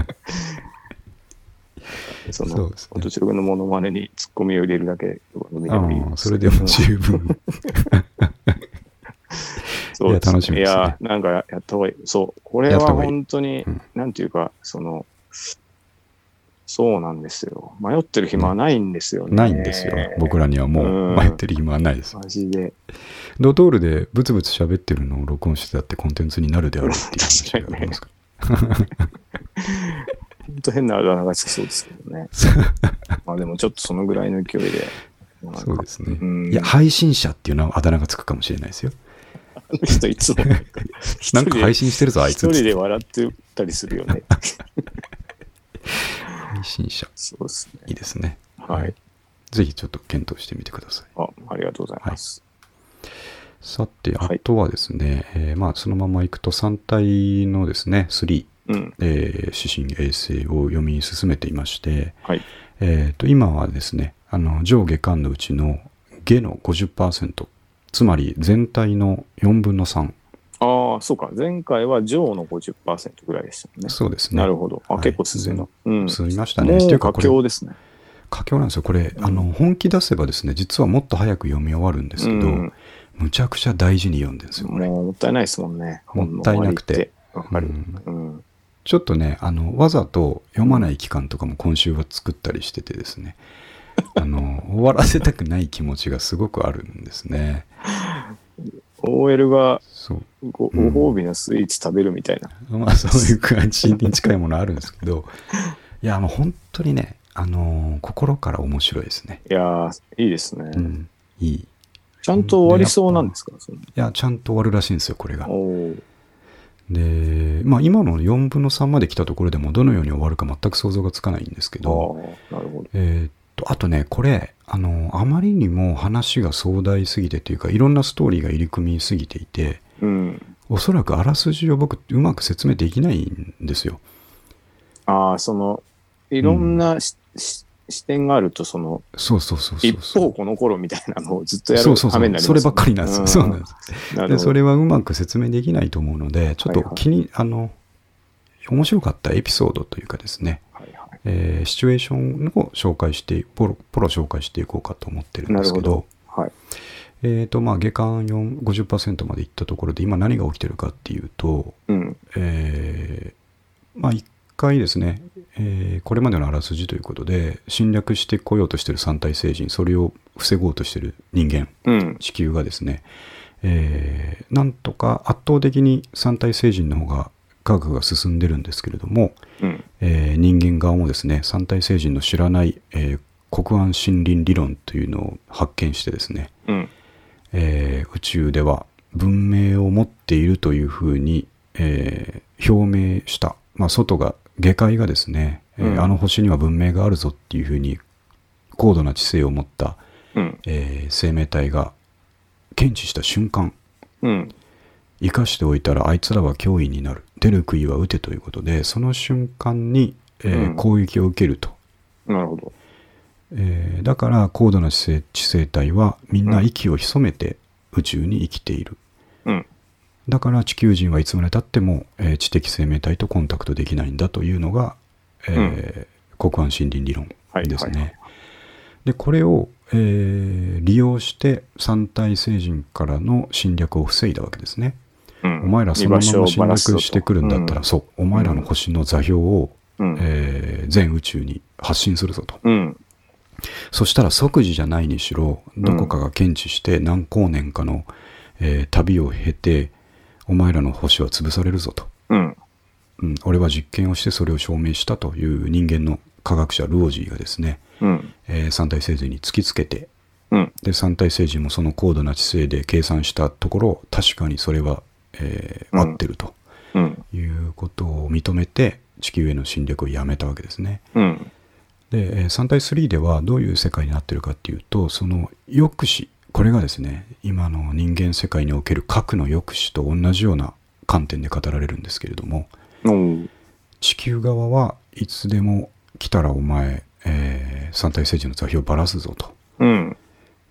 その、おとちろくんのモノマネにツッコミを入れるだけとかのああ、それでも十分。 そうですね。いや、楽しみですね。いや、なんかやった方がいい。そう。これは本当に、うん、なんていうか、その、そうなんですよ。迷ってる暇はないんですよね。 ないんですよ。僕らにはもう迷ってる暇はないです。 マジで。 ドトールでブツブツ喋ってるのを録音してたってコンテンツになるであろうっていう話がありますか。 本当変なあだ名がつきそうですけどね。まあでもちょっとそのぐらいの勢いで。 そうですね。いや、配信者っていうのはあだ名がつくかもしれないですよ。 あの人いつもなんか配信してるぞ、あいつ。 一人で笑ってたりするよね。 配信者。 そうですね。 いいですね。 はい。 ぜひちょっと検討してみてください。 あ、ありがとうございます。 はい、さて、あとはですね、はい、えー、まあそのままいくとさん体のですね、スリー、うんえー、指針衛星を読み進めていまして、 はいえー、と今はですね、あの上下巻のうちの下の ごじゅっパーセント、つまり全体のよんぶんのさん。 ああ、そうか。前回は上の ごじゅっパーセント ぐらいでしたね。 そうですね。 なるほど。あ、はい、結構進んだ。うん。 進みましたね。 もう佳境ですね。 佳境なんですよ。これ、うん、あの、本気出せばですね、実はもっと早く読み終わるんですけど、うん、むちゃくちゃ大事に読んでるんですよ。 もうもったいないですもんね。 もったいなくて。 わかる、 うんうん。ちょっとね、あの、わざと読まない期間とかも今週は作ったりしててですね、あの、終わらせたくない気持ちがすごくあるんですね。 オーエル がご、ご褒美のスイーツ食べるみたいな、 うん、まあそういう感じに近いものあるんですけどいやもう本当にね、あのー、心から面白いですね。 いやーいいですね、 うん、いい。 ちゃんと終わりそうなんですか？ いやちゃんと終わるらしいんですよこれが。でまあ今のよんぶんのさんまで来たところでもどのように終わるか全く想像がつかないんですけど、 あ、なるほど。 えー、っとあとねこれあのあまりにも話が壮大すぎてというかいろんなストーリーが入り組みすぎていて、 うん、 おそらくあらすじを僕うまく説明できないんですよ。 ああ、そのいろんな、うん、視点があるとそのそうそうそうそう一方この頃みたいなのをずっとやるためになります、ね、 そればっかりなんですよ。そうなんです。でそれはうまく説明できないと思うのでちょっと気に、はいはい、あの面白かったエピソードというかですね、 はいはい、 えー、シチュエーションを紹介してポロポロ紹介していこうかと思ってるんですけど、 はい、 えーとまあ、下巻 ごじゅっパーセント までいったところで今何が起きてるかっていうと、 うんえー、まあ一回ですね、えー、これまでのあらすじということで侵略してこようとしている三体星人、それを防ごうとしている人間、 うん、 地球がですね、えー、なんとか圧倒的に三体星人の方が科学が進んでるんですけれども、 うんえー、人間側もですね三体星人の知らない、えー、黒暗森林理論というのを発見してですね、 うんえー、宇宙では文明を持っているというふうに、えー、表明した、まあ、外が下界がですね、うん、えー、あの星には文明があるぞっていうふうに高度な知性を持った、 うんえー、生命体が検知した瞬間、 うん、 生かしておいたらあいつらは脅威になる、出る杭は打てということでその瞬間に、えーうん、攻撃を受けると。 なるほど。 えー、だから高度な知性、知性体はみんな息を潜めて宇宙に生きている、 うん、 だから地球人はいつまでたっても、えー、知的生命体とコンタクトできないんだというのが、えーうん、黒暗森林理論ですね、はいはいはい、でこれを、えー、利用して三体星人からの侵略を防いだわけですね、うん、お前らそのまま侵略してくるんだったら、うん、そうお前らの星の座標を、うんえー、全宇宙に発信するぞと、 うんそしたら即時じゃないにしろどこかが検知して何光年かの、えー、旅を経てお前らの星は潰されるぞと、 うんうん、俺は実験をしてそれを証明したという人間の科学者ルオジーがですね、 うんえー、三体星人に突きつけて、 うん、 で三体星人もその高度な知性で計算したところ確かにそれは、えー、合ってると、 うん、 いうことを認めて地球への侵略をやめたわけですね、 うんでさん体スリーではどういう世界になっているかっていうとその抑止、これがですね今の人間世界における核の抑止と同じような観点で語られるんですけれども、 うん、 地球側はいつでも来たらお前、えー、三体星人の座標をばらすぞと、 うん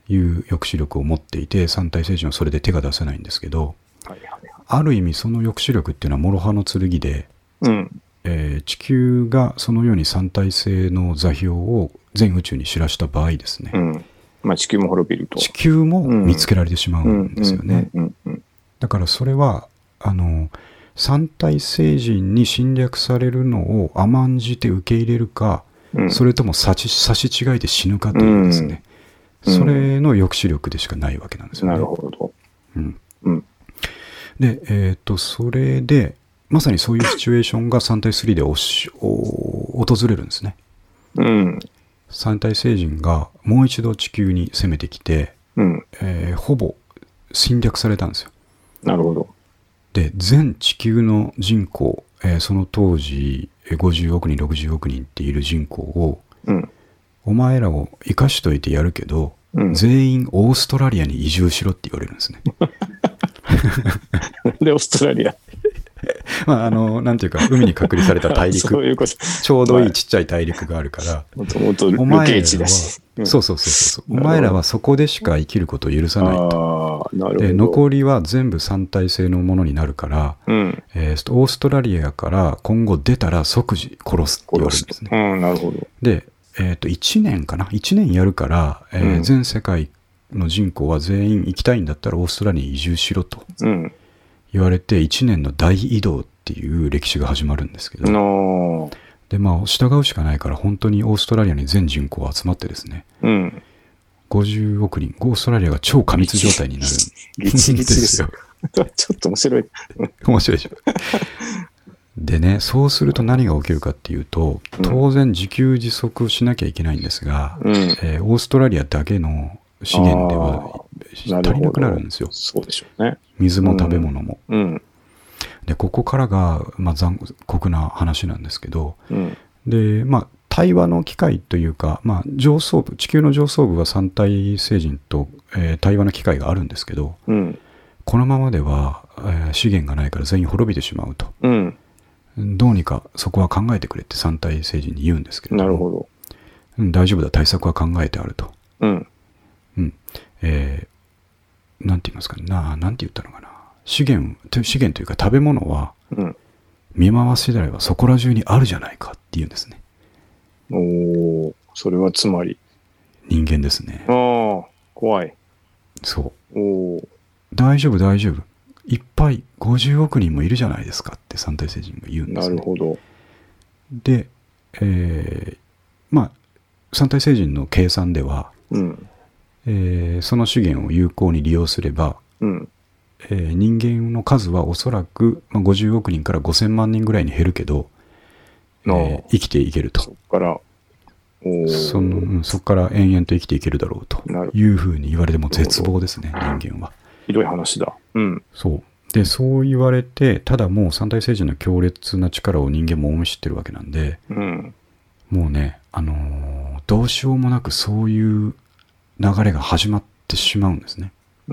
いう抑止力を持っていて、三体星人はそれで手が出せないんですけど、 はいはいはい、 ある意味その抑止力っていうのは諸刃の剣で、 うんえー、地球がそのように三体星の座標を全宇宙に知らした場合ですね、 うんまあ、地球も滅びると。 地球も見つけられてしまうんですよね。だからそれはあの三体星人に侵略されるのを甘んじて受け入れるか、うん、それとも差し、差し違いで死ぬかというですね、うん、それの抑止力でしかないわけなんですよね。 なるほど。 うんうん、で、えっと、それで、まさにそういうシチュエーションが三体スリーでおしお訪れるんですね。 うん、 三体星人がもう一度地球に攻めてきて、 うんえー、ほぼ侵略されたんですよ。 なるほど。 で、全地球の人口、えー、その当時ごじゅうおくにん、ろくじゅうおくにんっている人口を、 うん、 お前らを生かしといてやるけど、うん、全員オーストラリアに移住しろって言われるんですね。 なんでオーストラリアまあ、あの、なんていうか、海に隔離された大陸、 そういうことちょうどいいちっちゃい大陸があるから、 もともとロケ地だし、 うん、そうそうそうそう、お前らはそこでしか生きることを許さないと。 あなるほど。 で、残りは全部三体制のものになるから、 うんえー、オーストラリアから今後出たら即時殺すって言われるんですね。 うん、なるほど。 で、えっと、いちねんかな ?いち 年やるから、えーうん、全世界の人口は全員行きたいんだったらオーストラリアに移住しろと言われて、いちねんの大移動っていう歴史が始まるんですけど、 no. で、まあ、従うしかないから本当にオーストラリアに全人口集まってですね、 うん、 ごじゅうおくにん、オーストラリアが超過密状態になるんですよ。 ちょっと面白い。 面白いでしょ。でね、そうすると何が起きるかっていうと、当然自給自足しなきゃいけないんですが、うんえー、オーストラリアだけの資源では足りなくなるんですよ。 そうでしょうね。 水も食べ物も。 うん、 でここからが、まあ、残酷な話なんですけど、 うん、 で、まあ、対話の機会というか、まあ、上層部、地球の上層部は三体星人と、えー、対話の機会があるんですけど、 うん、 このままでは、えー、資源がないから全員滅びてしまうと。 うんどうにかそこは考えてくれって三体星人に言うんですけれども、 なるほど、 うん、大丈夫だ、対策は考えてあると。 うん。 うん。えー、なんて言いますかね、な、なんて言ったのかな。資源、資源というか食べ物は、 うん、 見回し次第はそこら中にあるじゃないかって言うんですね。 おー、それはつまり。 人間ですね。 ああ、怖い。 そう。 おー。 大丈夫、大丈夫。いっぱいごじゅうおくにんもいるじゃないですかって三体星人が言うんですね。 なるほど。 で、えー、まあ三体星人の計算では、 うんえー、その資源を有効に利用すれば、 うんえー、人間の数はおそらく、まあ、ごじゅうおくにんからごせんまんにんぐらいに減るけど、えー、生きていけると。 そっからおその、うん、そこから延々と生きていけるだろうというふうに言われても絶望ですね、人間は。 ひどい話だ。うん。 そう。で、そう言われて、ただもう三体星人の強烈な力を人間も思い知ってるわけなんで、 うん、 もうね、あのー、どうしようもなくそういう流れが始まってしまうんですね。 うん。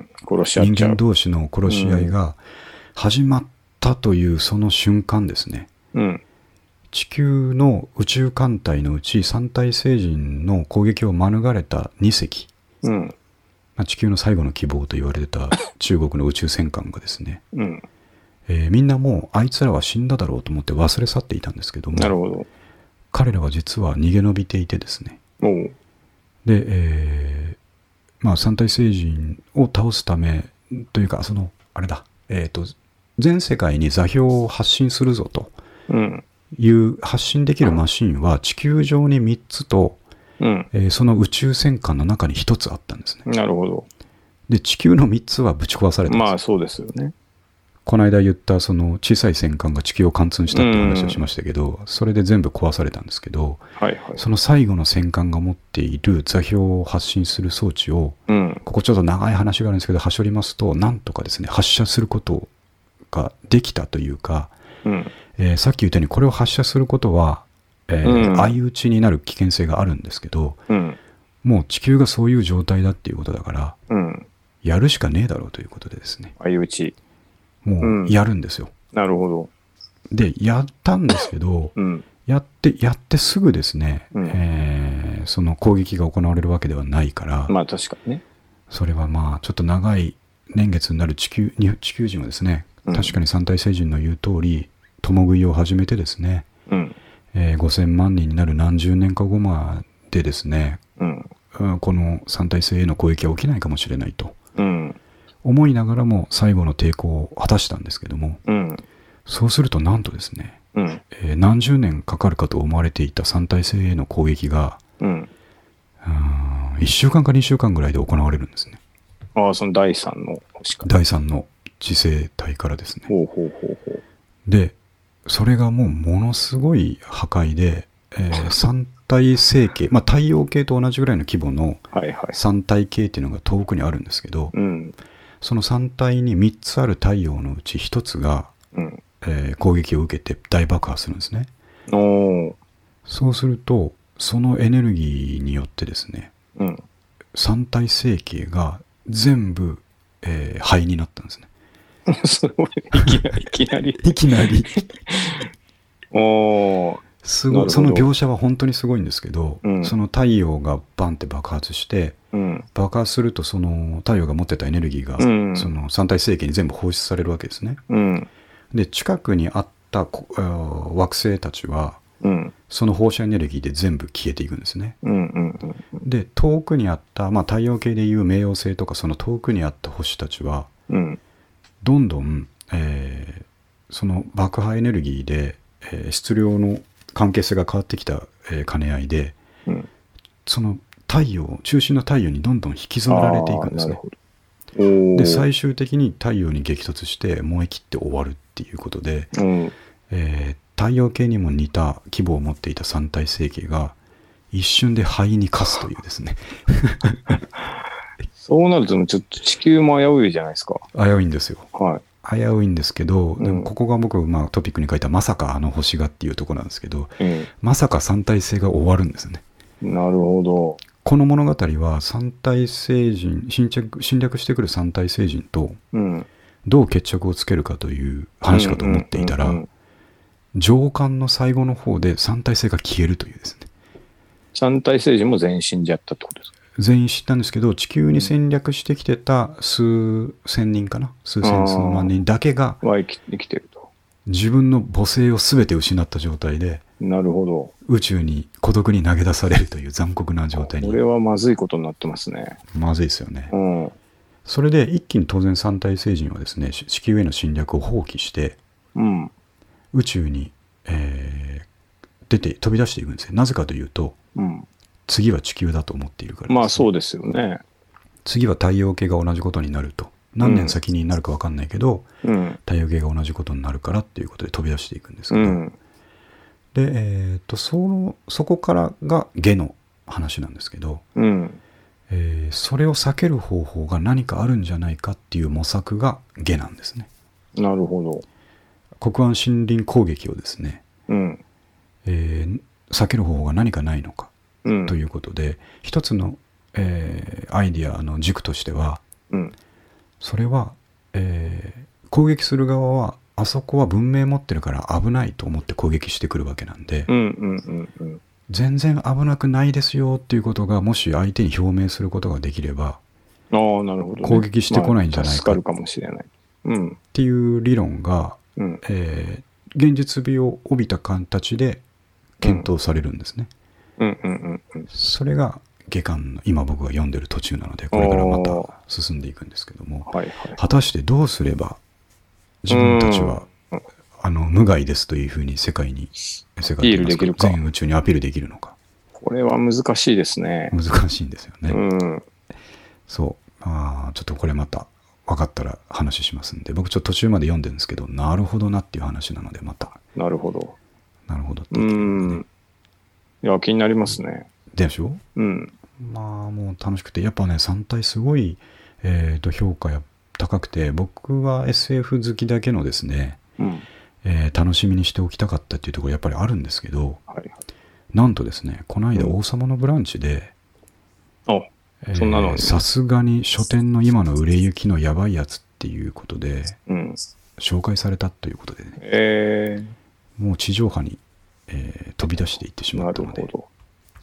殺し合っちゃう。 人間同士の殺し合いが始まったというその瞬間ですね。 うん。 地球の宇宙艦隊のうち三体星人の攻撃を免れたにせき。 うん。 地球の最後の希望と言われてた中国の宇宙戦艦がですね、 うんえー、みんなもうあいつらは死んだだろうと思って忘れ去っていたんですけども、 なるほど。 彼らは実は逃げ延びていてですね、 おうで、えー、まあ三体星人を倒すためというか、そのあれだ、えっと全世界に座標を発信するぞという発信できるマシンは地球上にみっつと、 うんえー、その宇宙戦艦の中にひとつあったんですね。 なるほど。 で、地球のみっつはぶち壊されたんです。 まあそうですよね。 この間言ったその小さい戦艦が地球を貫通したって話をしましたけど、うん、それで全部壊されたんですけど、 はいはい、 その最後の戦艦が持っている座標を発信する装置を、 うん、 ここちょっと長い話があるんですけど、はしょりますと、なんとかですね、発射することができたというか、 うんえー、さっき言ったようにこれを発射することは、えーうん、相打ちになる危険性があるんですけど、 うん、 もう地球がそういう状態だっていうことだから、 うん、 やるしかねえだろうということでですね、 相打ちもうやるんですよ、 うん、なるほど。 でやったんですけど、 うん、 やってやってすぐですね、 うんえー、 ー、その攻撃が行われるわけではないから、 まあ確かにね。 それはまあちょっと長い年月になる地球地球人はですね、確かに三体星人の言う通り共食いを始めてですね、うんえー、ごせんまんにんになる何十年か後までですね、うん、この三体星への攻撃は起きないかもしれないと、うん、思いながらも最後の抵抗を果たしたんですけども、うん、そうするとなんとですね、うんえー、何十年かかるかと思われていた三体星への攻撃が、うん、いっしゅうかんかにしゅうかんぐらいで行われるんですね。 ああ、そのだいさんの星か。 だいさんの地星帯からですね。 ほうほうほうほう。 で、それがもうものすごい破壊で、えー、三体星系、まあ太陽系と同じぐらいの規模の三体系っていうのが遠くにあるんですけど、はいはい、その三体にみっつある太陽のうちひとつが、うんえー、攻撃を受けて大爆破するんですね。おそうすると、そのエネルギーによってですね、うん、三体星系が全部、えー、灰になったんですね。 それいきなりいきなりいきなりおすごい。その描写は本当にすごいんですけど、うん、その太陽がバンって爆発して、うん、爆発するとその太陽が持ってたエネルギーが、うん、その三体星系に全部放出されるわけですね、うん、で近くにあった惑星たちは、うん、その放射エネルギーで全部消えていくんですね、うんうんうんうん、で遠くにあった、まあ、太陽系でいう冥王星とかその遠くにあった星たちは、うんどんどん、えー、その爆破エネルギーで、えー、質量の関係性が変わってきた、えー、兼ね合いで、うん、その太陽中心の太陽にどんどん引き詰められていくんですね。で最終的に太陽に激突して燃え切って終わるっていうことで、うんえー、太陽系にも似た規模を持っていた三体星系が一瞬で灰に化すというですねそうなるとちょっと地球も危ういじゃないですか。 危ういんですよ。はい。危ういんですけど、でもここが僕、まあ、トピックに書いたまさかあの星がっていうところなんですけど、うん、まさか三体星が終わるんですね。 なるほど。 この物語は三体星人侵略、侵略してくる三体星人とどう決着をつけるかという話かと思っていたら、上巻の最後の方で三体星が消えるというですね。 三体星人も全員死んじゃったってことですか？ 全員知ったんですけど、地球に戦略してきてた数千人かな、数千数万人だけが生きてると。 自分の母性を全て失った状態で、 なるほど。 宇宙に孤独に投げ出されるという残酷な状態に。 これはまずいことになってますね。 まずいですよね。うん、それで一気に当然三体星人はですね、地球への侵略を放棄して、うん、宇宙に、えー、出て飛び出していくんですよ。なぜかというと、うん次は地球だと思っているからです、 ね、まあそうですよね。 次は太陽系が同じことになると。何年先になるか分かんないけど、うん、太陽系が同じことになるからっていうことで飛び出していくんですけど、うん、で、えー、とそのそこからが下の話なんですけど、うんえー、それを避ける方法が何かあるんじゃないかっていう模索が下なんですね。 なるほど。 国安森林攻撃をですね、うんえー、避ける方法が何かないのか。うん、ということで一つの、えー、アイディアの軸としては、うん、それは、えー、攻撃する側はあそこは文明持ってるから危ないと思って攻撃してくるわけなんで、うんうんうんうん、全然危なくないですよっていうことがもし相手に表明することができればあーなるほど、ね、 攻撃してこないんじゃないか、まあ、助かるかもしれない、うん、 っていう理論が、うんえー、現実味を帯びた形で検討されるんですね。うんうんうんうんうん、それが下巻の今僕が読んでる途中なのでこれからまた進んでいくんですけども、はいはい、果たしてどうすれば自分たちはあの無害ですというふうに世界に世界に全宇宙にアピールできるのか。 これは難しいですね。 難しいんですよね、うん、そうあちょっとこれまた分かったら話しますんで僕ちょっと途中まで読んでるんですけどなるほどなっていう話なのでまたなるほどなるほどって言ってるので、ね、 いや気になりますね。 でしょ？うん。まあもう楽しくてやっぱねさん体すごい、えー、と評価や高くて僕は エスエフ 好きだけのですね、うんえー、楽しみにしておきたかったっていうところやっぱりあるんですけど、はいはい、なんとですねこの間王様のブランチで、 うん、そんなのさすがに書店の今の売れ行きのやばいやつっていうことで、うん、紹介されたということでね、えー、もう地上波にえー、飛び出していってしまったので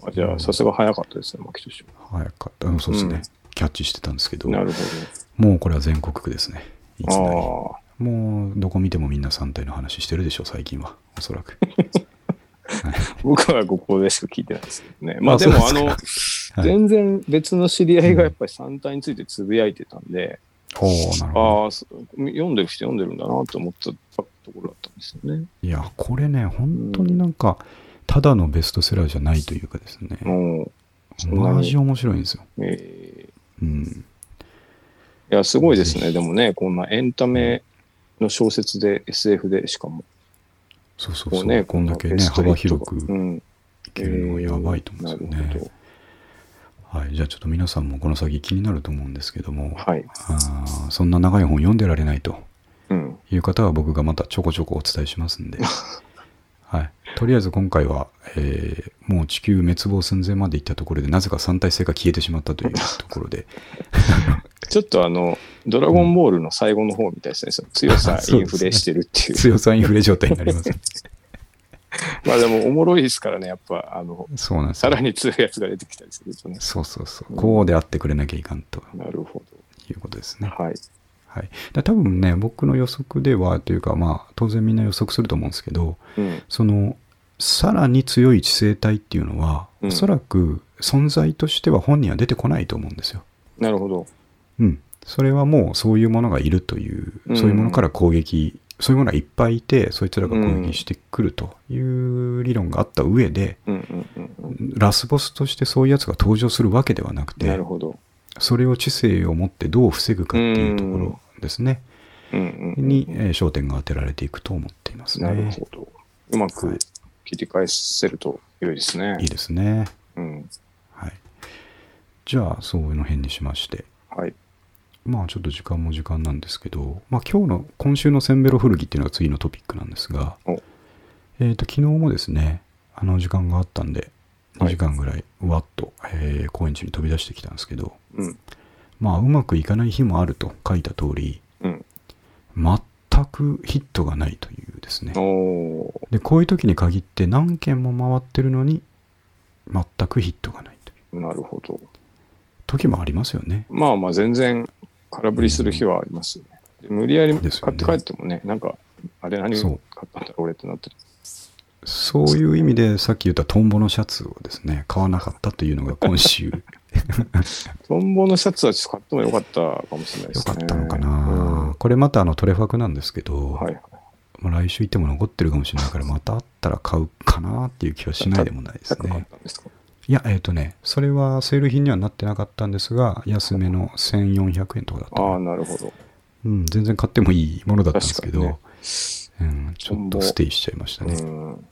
あ、じゃあ、さすが早かったですね、牧俊は。 早かった。うん、そうですね、うん。キャッチしてたんですけど。 なるほど。もうこれは全国区ですね。いつなり。もう、どこ見てもみんなさん体の話してるでしょう、最近は。おそらく。 僕はここでしか聞いてないですけどね。まあでも、あの、はい、全然別の知り合いがやっぱりさん体についてつぶやいてたんで、 うん、なるほど。 ああ、読んでる人読んでるんだなと思ったところだったんですよね。 いや、これね、本当になんか、ただのベストセラーじゃないというかですね。うん、マジ面白いんですよ。 えー、うん。 いや、すごいですね。でもね、こんなエンタメの小説で、エスエフ で、しかも。 そうそうそう。こうね、こんだけね、幅広くいけるのはやばいと思うんですよね。えーはい、じゃあちょっと皆さんもこの先気になると思うんですけども、 はい、 あそんな長い本読んでられないという方は僕がまたちょこちょこお伝えしますんで、はい、とりあえず今回は、えー、もう地球滅亡寸前まで行ったところでなぜか三体性が消えてしまったというところでちょっとあのドラゴンボールの最後の方みたいですね、その強さインフレしてるっていう、 ね、強さインフレ状態になります、ね、 まあでもおもろいですからね、やっぱあのそうなんですさらに強いやつが出てきたりするとね、 そうそうそう、うん、こうであってくれなきゃいかんと、 なるほどいうことですね。 はい、 はい、だ多分ね、僕の予測ではというか、まあ当然みんな予測すると思うんですけど、うん、そのさらに強い知性体っていうのは、うん、おそらく存在としては本には出てこないと思うんですよ。 なるほど。 うん、それはもうそういうものがいるという、うん、そういうものから攻撃、そういうものがいっぱいいて、そいつらが攻撃してくるという理論があった上で、うんうんうんうん、ラスボスとしてそういうやつが登場するわけではなくて、 なるほど、 それを知性を持ってどう防ぐかっていうところですね、うんうんうん、に、えー、焦点が当てられていくと思っていますね。 なるほど。うまく切り返せると良いですね。 いいですね。 うん、 はい。じゃあそういうの辺にしまして、 はい。 まあちょっと時間も時間なんですけど、まあ今日の今週のセンベロ古着っていうのが次のトピックなんですが、えっと昨日もですね、あの時間があったんでにじかんぐらいわっと、えー、高円寺に飛び出してきたんですけど、うん、まあうまくいかない日もあると書いた通り、うん、全くヒットがないというですね。でこういう時に限って何件も回ってるのに全くヒットがないという。 なるほど。 時もありますよね。 まあまあ全然空振りする日はありますよね。うん、無理やり買って帰ってもね、ね、なんかあれ何買ったんだろう俺ってなってる。 そういう意味でさっき言ったトンボのシャツをですね買わなかったというのが今週トンボのシャツはちょっと買ってもよかったかもしれないですね。 よかったのかな、うん、これまたあのトレファクなんですけど、はいはい、まあ、来週行っても残ってるかもしれないからまたあったら買うかなっていう気はしないでもないですね。いやえっ、ー、とねそれはセール品にはなってなかったんですが安めのせんよんひゃくえんとかだった。 ああなるほど、 うん、全然買ってもいいものだったんですけど、ね、うん、ちょっとステイしちゃいましたね。うん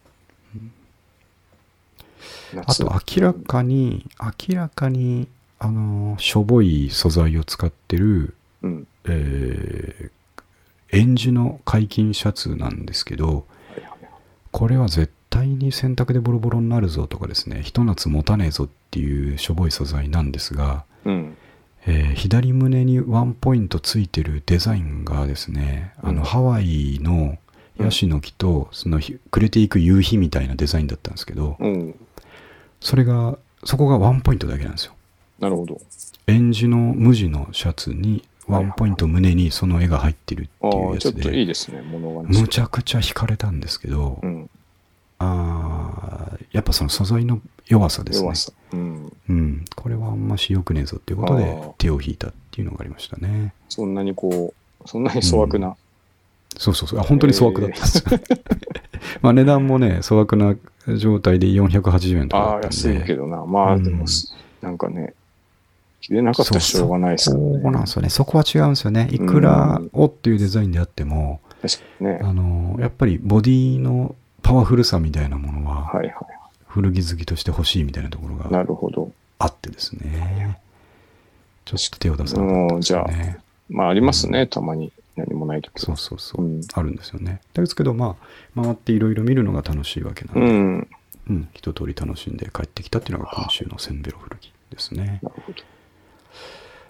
あと明らかに明らかにあのしょぼい素材を使ってる、うんえー、エンジの解禁シャツなんですけど、はいはいはい、これは絶対に洗濯でボロボロになるぞとかですね、ひと夏持たねえぞっていうしょぼい素材なんですが、うんえー、左胸にワンポイントついてるデザインがですね、うん、あのハワイのヤシの木とその暮れていく夕日みたいなデザインだったんですけど、うんそれが、そこがワンポイントだけなんですよ。 なるほど。 エンジの無地のシャツに、ワンポイント胸にその絵が入ってるっていうやつで。 ちょっといいですね、物がね。 むちゃくちゃ惹かれたんですけど、うん、あやっぱその素材の弱さですね。 弱さ。うん。 うん。これはあんまし良くねえぞっていうことで手を引いたっていうのがありましたね。 そんなにこう、そんなに粗悪な。うん、 そうそうそう。あ、本当に粗悪だったんですよ。えー、まあ値段もね、粗悪な状態でよんひゃくはちじゅうえんとかだったんで。ああ、 安いけどな。まあでも、うん、なんかね、着れなかったらしょうがないですからね。 そうなんですよね。そこは違うんですよね。いくらをっていうデザインであっても、 うん、確かにね。 あの、やっぱりボディのパワフルさみたいなものは、はいはい、古着好きとして欲しいみたいなところがあってですね。ちょっと手を出さなかったですよね。 じゃあ、まあありますね、うん、たまに。何もないときそうそうそう、うん、あるんですよね。ですけどまあ回っていろいろ見るのが楽しいわけなんで、うんうん、一通り楽しんで帰ってきたっていうのが今週のセンベロ古着ですね。なるほど。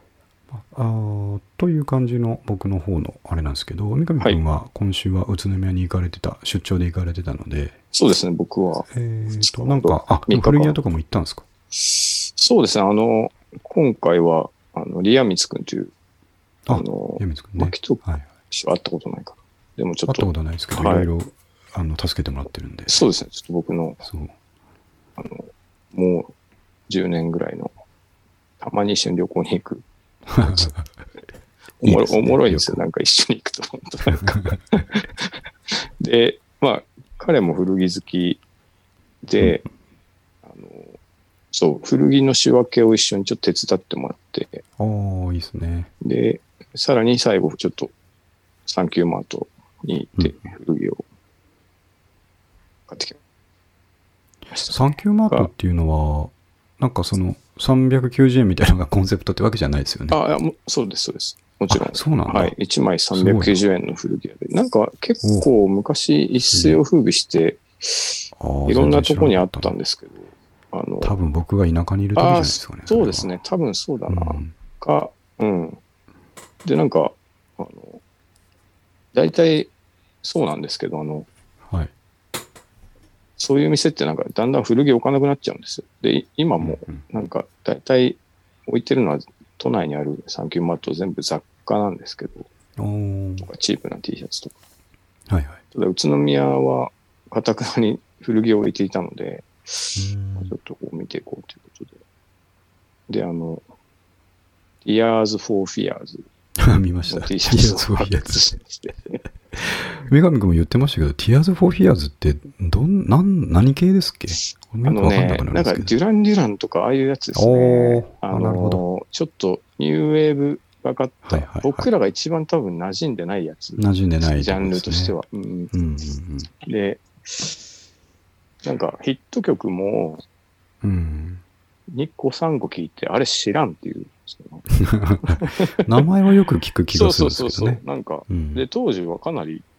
あという感じの僕の方のあれなんですけど、三上君は今週は宇都宮に行かれてた、出張で行かれてたので。 そうですね、僕は。 えーと、なんか、あ、古着屋とかも行ったんですか？ そうですね、あの、今回は、あの、リアミツ君という、 あの、リアミツ君ね。 牧戸氏は会ったことないかな。でもちょっと。 会ったことないですけど、はい、いろいろ、あの、助けてもらってるんで。 そうですね、ちょっと僕の、そう。あの、もうじゅうねんぐらいの、たまに一緒に旅行に行く。おもろいいい、ね、おもろいんですよ、なんか一緒に行くと、本当なんか。で、まあ、彼も古着好きで、うん、あの、そう、古着の仕分けを一緒にちょっと手伝ってもらって。 ああ、いいですね。 で、さらに最後、ちょっと、サンキューマートに行って、古着を買ってきました、ね。 サンキューマートっていうのは、なんかその、さんびゃくきゅうじゅうえんみたいなのがコンセプトってわけじゃないですよね。 ああ、そうです、そうです。もちろん。 そうなんだ。 はい。いちまいさんびゃくきゅうじゅうえんの古着屋で。なんか結構昔一世を風靡して、いろんなとこにあったんですけど。 あの多分僕が田舎にいる時じゃないですかね。 そうですね。多分そうだな。うん、か、うん。で、なんか、あの、大体そうなんですけど、あの、 はい。 そういう店ってなんかだんだん古着置かなくなっちゃうんですよ。で、今もなんか大体置いてるのは都内にあるサンキューマート全部雑貨なんですけど、とかチープな T シャツとか。 はいはい。 ただ宇都宮はかたくなに古着を置いていたので、ちょっとこう見ていこうということで。で、あの、Tears for Fears 見ました。 T シャツを発掘して。女神君も言ってましたけど、Tears for Fears ってどん、なん、何系ですっけ？ あのね、なんかデュラン・デュランとかああいうやつですね。あの、なるほど。ちょっとニューウェーブがかった、はいはいはい、僕らが一番多分馴染んでないやつ。 馴染んでない、ね、 ジャンルとしては。うんうんうんうん、で、なんかヒット曲もにこさんこ聞いて、あれ知らんっていう。 名前はよく聞く気がするんですけどね。そうそうそう。 なんか、うん、で、当時はかなり、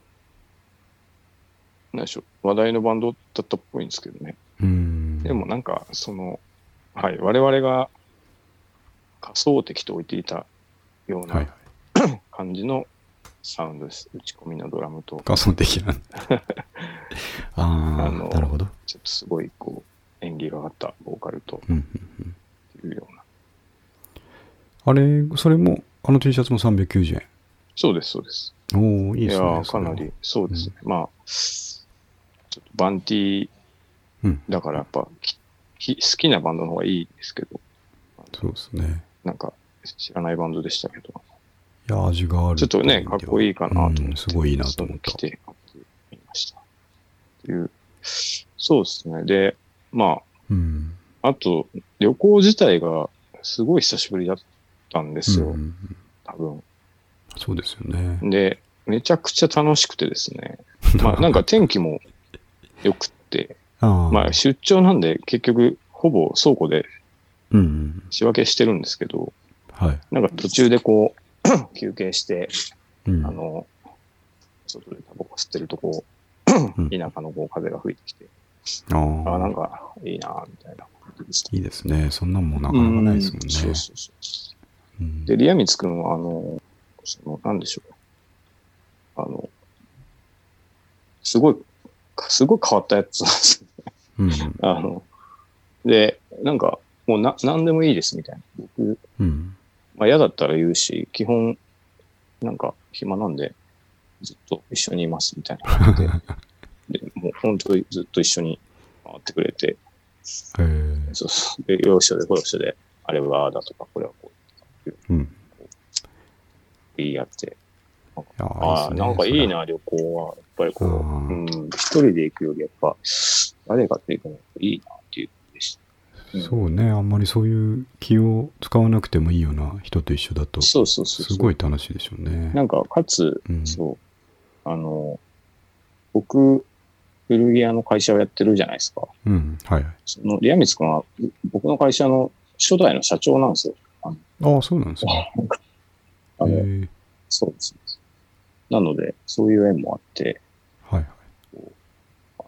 何でしょう、話題のバンドだったっぽいんですけどね。 うんでもなんか、その、はい、我々が仮想的と置いていたような、はいはい、感じのサウンドです。打ち込みのドラムと。 仮想的な。ああ、なるほど。 ちょっとすごい、こう、演技があったボーカルと、 うんうんうん、 っていうような。 あれ、それも、あの T シャツもさんびゃくきゅうじゅうえん。 そうです、そうです。 おお、いいですね。 いや、かなり、そうですね。うん、まあ、ちょっとバンティー、だからやっぱ、うん、好きなバンドの方がいいですけど。 そうですね。 なんか、知らないバンドでしたけど。 いや、味がある。 ちょっとね、かっこいいかなと思って、うん、 すごいいいなと思って。 来てみました。っていう。そうですね。で、まあ、 うん、 あと、旅行自体がすごい久しぶりだったんですよ。うんうんうん、多分。 そうですよね。 で、めちゃくちゃ楽しくてですね。まあ、なんか天気も良くって、あまあ、出張なんで結局、ほぼ倉庫で仕分けしてるんですけど、 うんうん、はい。 なんか途中でこう、休憩して、うん、あの、外でタバコ吸ってるとこう、うん、田舎のこう風が吹いてきて、ああ、なんかいいなみたいな。 いいですね。そんなんもなかなかないですもんね。 そうそうそう。うん、で、リアミツ君は、あの、その、なんでしょう。あの、すごい、すごい変わったやつなんですよね。うん、あの、で、なんか、もうな、なんでもいいですみたいな。僕、うん、まあ嫌だったら言うし、基本、なんか暇なんで、ずっと一緒にいますみたいな感じで。で、もう本当にずっと一緒に回ってくれて、そうそう。で、よいしょで、こよしょで、あれはああだとか、これはこう、うん、言い合って、ああ、なんかいいな、旅行は。やっぱりこう、うん、一人で行くより、やっぱ、誰かと行くのがいいなっていうでした。 うん、そうね、あんまりそういう気を使わなくてもいいような人と一緒だと、 そうそうそう。 すごい楽しいでしょうね。 なんか、かつ、うん、そう、あの、僕、古着屋の会社をやってるじゃないですか。 うん、はい。 その、リアミツ君は、僕の会社の初代の社長なんですよ。 ああ、そうなんですね。 あの、そうですね。なので、そういう縁もあって、 はいはい。 あの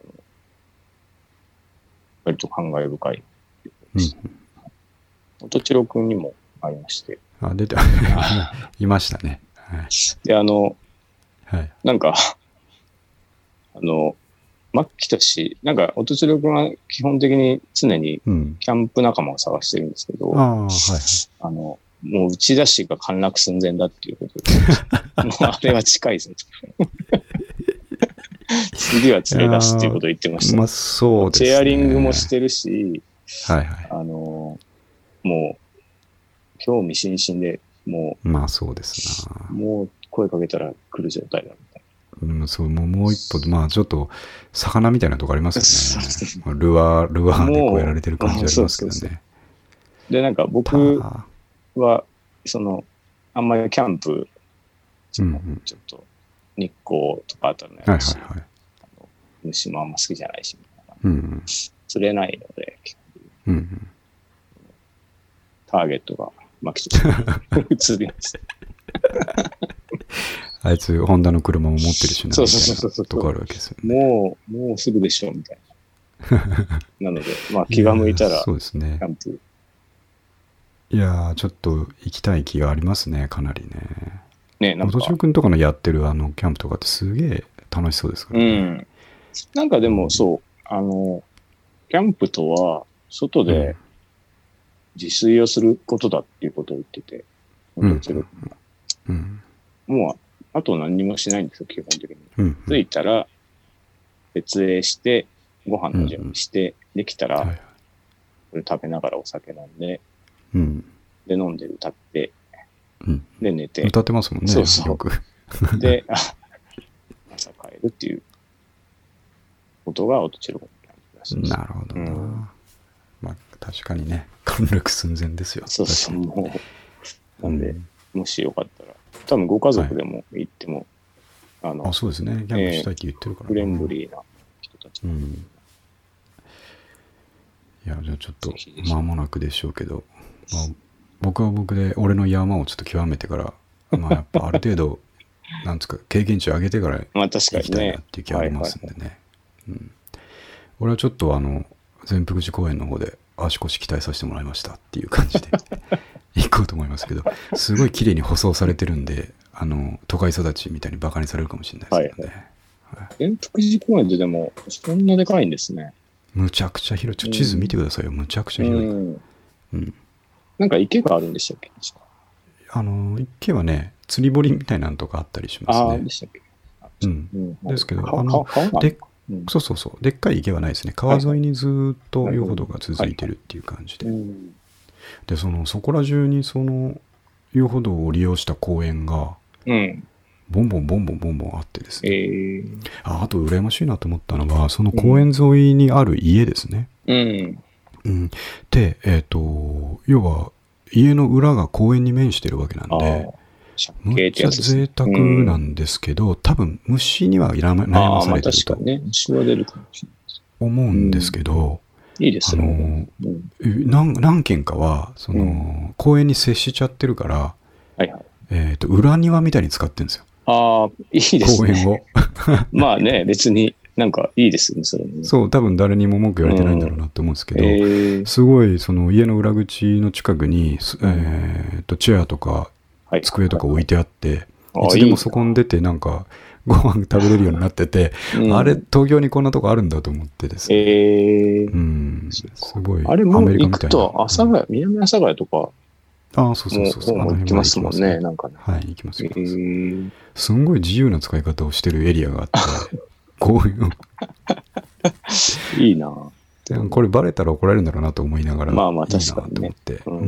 割と感慨深い。うん。音千代くんにもありまして。 あ、出て、いましたね。はい、 で、あの、 はい、 なんか、あの、マッキトシ、なんか、音千代君は基本的に常にキャンプ仲間を探してるんですけど、うん、あ, はい、あの、もう内田氏が陥落寸前だっていうことで、もうあれは近いぞと。次は連れ出すっていうことを言ってました。 まあ、そうですね。 チェアリングもしてるし、 はいはい、 あの、もう、興味津々で、もう、まあそうですな。 もう声かけたら来る状態だみたいな。うん、そう、もうもう一歩、まあちょっと、魚みたいなとこありますよね。ルアー、ルアーでこうやられてる感じありますけどね。そうそうそうで、なんか僕は、その、あんまりキャンプ、その、うんうん、ちょっと、日光とかあたるのやし、はいはいはい、あの虫もあんま好きじゃないし、うんうん、釣れないので、うんうん、ターゲットが巻き取って釣ります。 あいつ、ホンダの車も持ってるしな、みたいなとこあるわけですよね。 もう、もうすぐでしょ、みたいな。なので、まあ気が向いたら、 そうですね。 キャンプ。 いやー、ちょっと行きたい気がありますね、かなりね。 ね、なんか。 音千代くんとかのやってるあのキャンプとかってすげえ楽しそうですからね。 うん。なんかでもそう、あの、キャンプとは、外で自炊をすることだっていうことを言ってて、うん。うん、もう、あと何にもしないんですよ、基本的に。うん、着いたら、設営して、ご飯の準備して、うん、できたら、はい、これ食べながらお酒飲んで、うん、で、飲んで歌って、うん、で、寝て。 歌ってますもんね、 そうそうよく。 で、朝帰るっていうことが音千代君のキャンプらしいです。 なるほどな。うん、まあ、確かにね、陥落寸前ですよ。 そうそう、もう。なんで、うん、もしよかったら、多分ご家族でも行っても、 はい、あの、あ、そうですね、キャンプしたいって言ってるから、 フレンドリーな人たち。うん、 いや、じゃあちょっと、間もなくでしょうけど、まあ、僕は僕で俺の山をちょっと極めてから、まあやっぱある程度、なんつうか、経験値を上げてから行きたいなっていう気がありますんでね。俺はちょっとあの、善福寺公園の方で足腰鍛えさせてもらいましたっていう感じで行こうと思いますけど、すごい綺麗に舗装されてるんで、あの、都会育ちみたいにバカにされるかもしれないですけどね。 善福寺公園ってでも、そんなでかいんですね。 むちゃくちゃ広い。ちょ地図見てくださいよ。むちゃくちゃ広い。うん。 うん、なんか池があるんでしたっけ？ あの、池はね、釣り堀みたいなのとかあったりしますね。 ああ、でしたっけ？ うん。うん、ですけど、あの、で、うん、そうそうそう。でっかい池はないですね。川沿いにずっと遊歩道が続いてるっていう感じで。はいはいはい、で、その、そこら中にその、遊歩道を利用した公園が、うん。ボンボンボンボンボンボンあってですね。えー、あ, あと羨ましいなと思ったのは、その公園沿いにある家ですね。うん。うん、で、えっと、要は、家の裏が公園に面してるわけなんで、むっちゃ贅沢なんですけど、うん、多分虫には悩まされてると思うんですけど、 いいですね。 あの、うん、何, 何軒かはその、うん、公園に接しちゃってるから、はいはい、えっと裏庭みたいに使ってるんですよ。 ああ、いいですね。 公園を。 まあね、別になんかいいですね、それね。 そう、多分誰にも文句言われてないんだろうなと思うんですけど、うんえー、すごいその家の裏口の近くに、えー、とチェアとか机とか置いてあって、はいはいはい、いつでもそこに出てなんかご飯食べれるようになってて、うん、あれ東京にこんなとこあるんだと思ってですね。えー、うん、すごいアメリカみたいな。あれもう行くと阿佐ヶ谷、南阿佐ヶ谷とか。 ああ、そうそうそうそう。 もう行きますもんね、なんかね。 はい、行きますよ。えー、すんごい自由な使い方をしてるエリアがあって、こういう。 いいなぁ。これバレたら怒られるんだろうなと思いながら、 まあまあ確かに、ね。 いいなと思って。うん。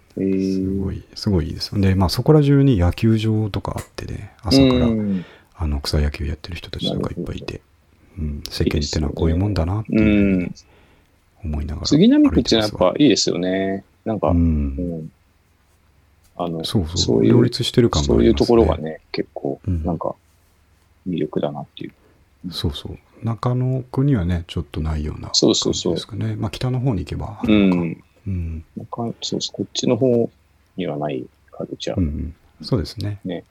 うん、すごい、すごいいいです。で、まあそこら中に野球場とかあってね、朝からあの草野球やってる人たちとかいっぱいいて、うん、世間ってのはこういうもんだなっていうふうに思いながら。 杉並区ってやっぱいいですよね。なんか、うんうんあのそうそう、そういう両立してる感がありますね。 そういうところがね、結構、なんか、魅力だなっていう、 うん。そうそう。中野区にはね、ちょっとないような感じですかね。そうそうそう。まあ、北の方に行けば。 うん。うん。なんかそうそう、こっちの方にはないカルチャー。 うん、そうですね。 ね。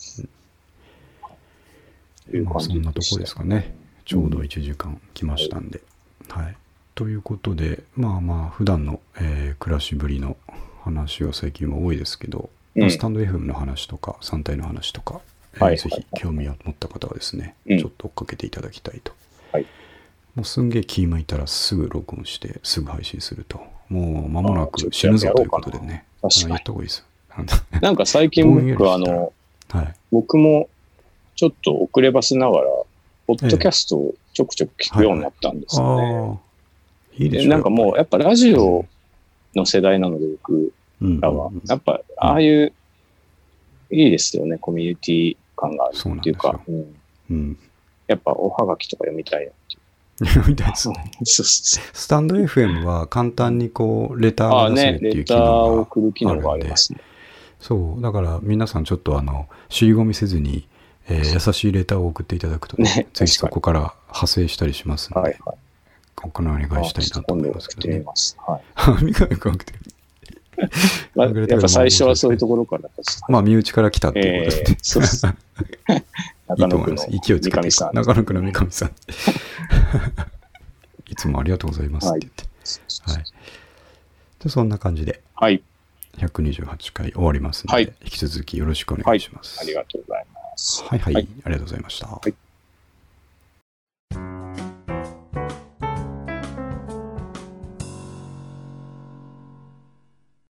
うん、まあ、そんなとこですかね。ちょうどいちじかん来ましたんで。うん、はい。ということで、まあまあ、普段の、えー、暮らしぶりの話は最近は多いですけど、 うん、スタンド エフエム の話とか、さん体の話とか、はい、ぜひ興味を持った方はですね、うん、ちょっと追っかけていただきたいと。はい、もうすんげえ気巻いたらすぐ録音して、すぐ配信すると。もう間もなく死ぬぞということでね。 確かに。 やった方がいいですよ。 なんか最近僕、あの、はい、僕もちょっと遅ればせながら、ポッドキャストをちょくちょく聞くようになったんですよね。はいはい、いいでしょう。なんかもう、やっぱラジオの世代なので、僕らは、うん、やっぱ、ああいう、いいですよね、コミュニティ感があるっていうか、うんうん、やっぱおはがきとか読みたいなっていう。 読みたいですね。スタンド エフエム は簡単にこう、レターが出せるっていう機能があるんで、 レターを送る機能がありますね。 そう、だから皆さんちょっとあの、尻込みせずに、えー、優しいレターを送っていただくと、ね、ぜひそこから派生したりしますので、はいはい、ここからお願いしたいなと思いますけどね。はい、三上君送ってる。 まあ、やっぱ最初はそういうところからまあ、身内から来たっていうことですね。えー、そうです。中野区の勢いつけて中野区の三上さん。いつもありがとうございますって言って。はい。はい、でそんな感じで、はい、ひゃくにじゅうはちかい終わりますので、はい、引き続きよろしくお願いします。 はい、ありがとうございます。 はいはい、はい、ありがとうございました。はい。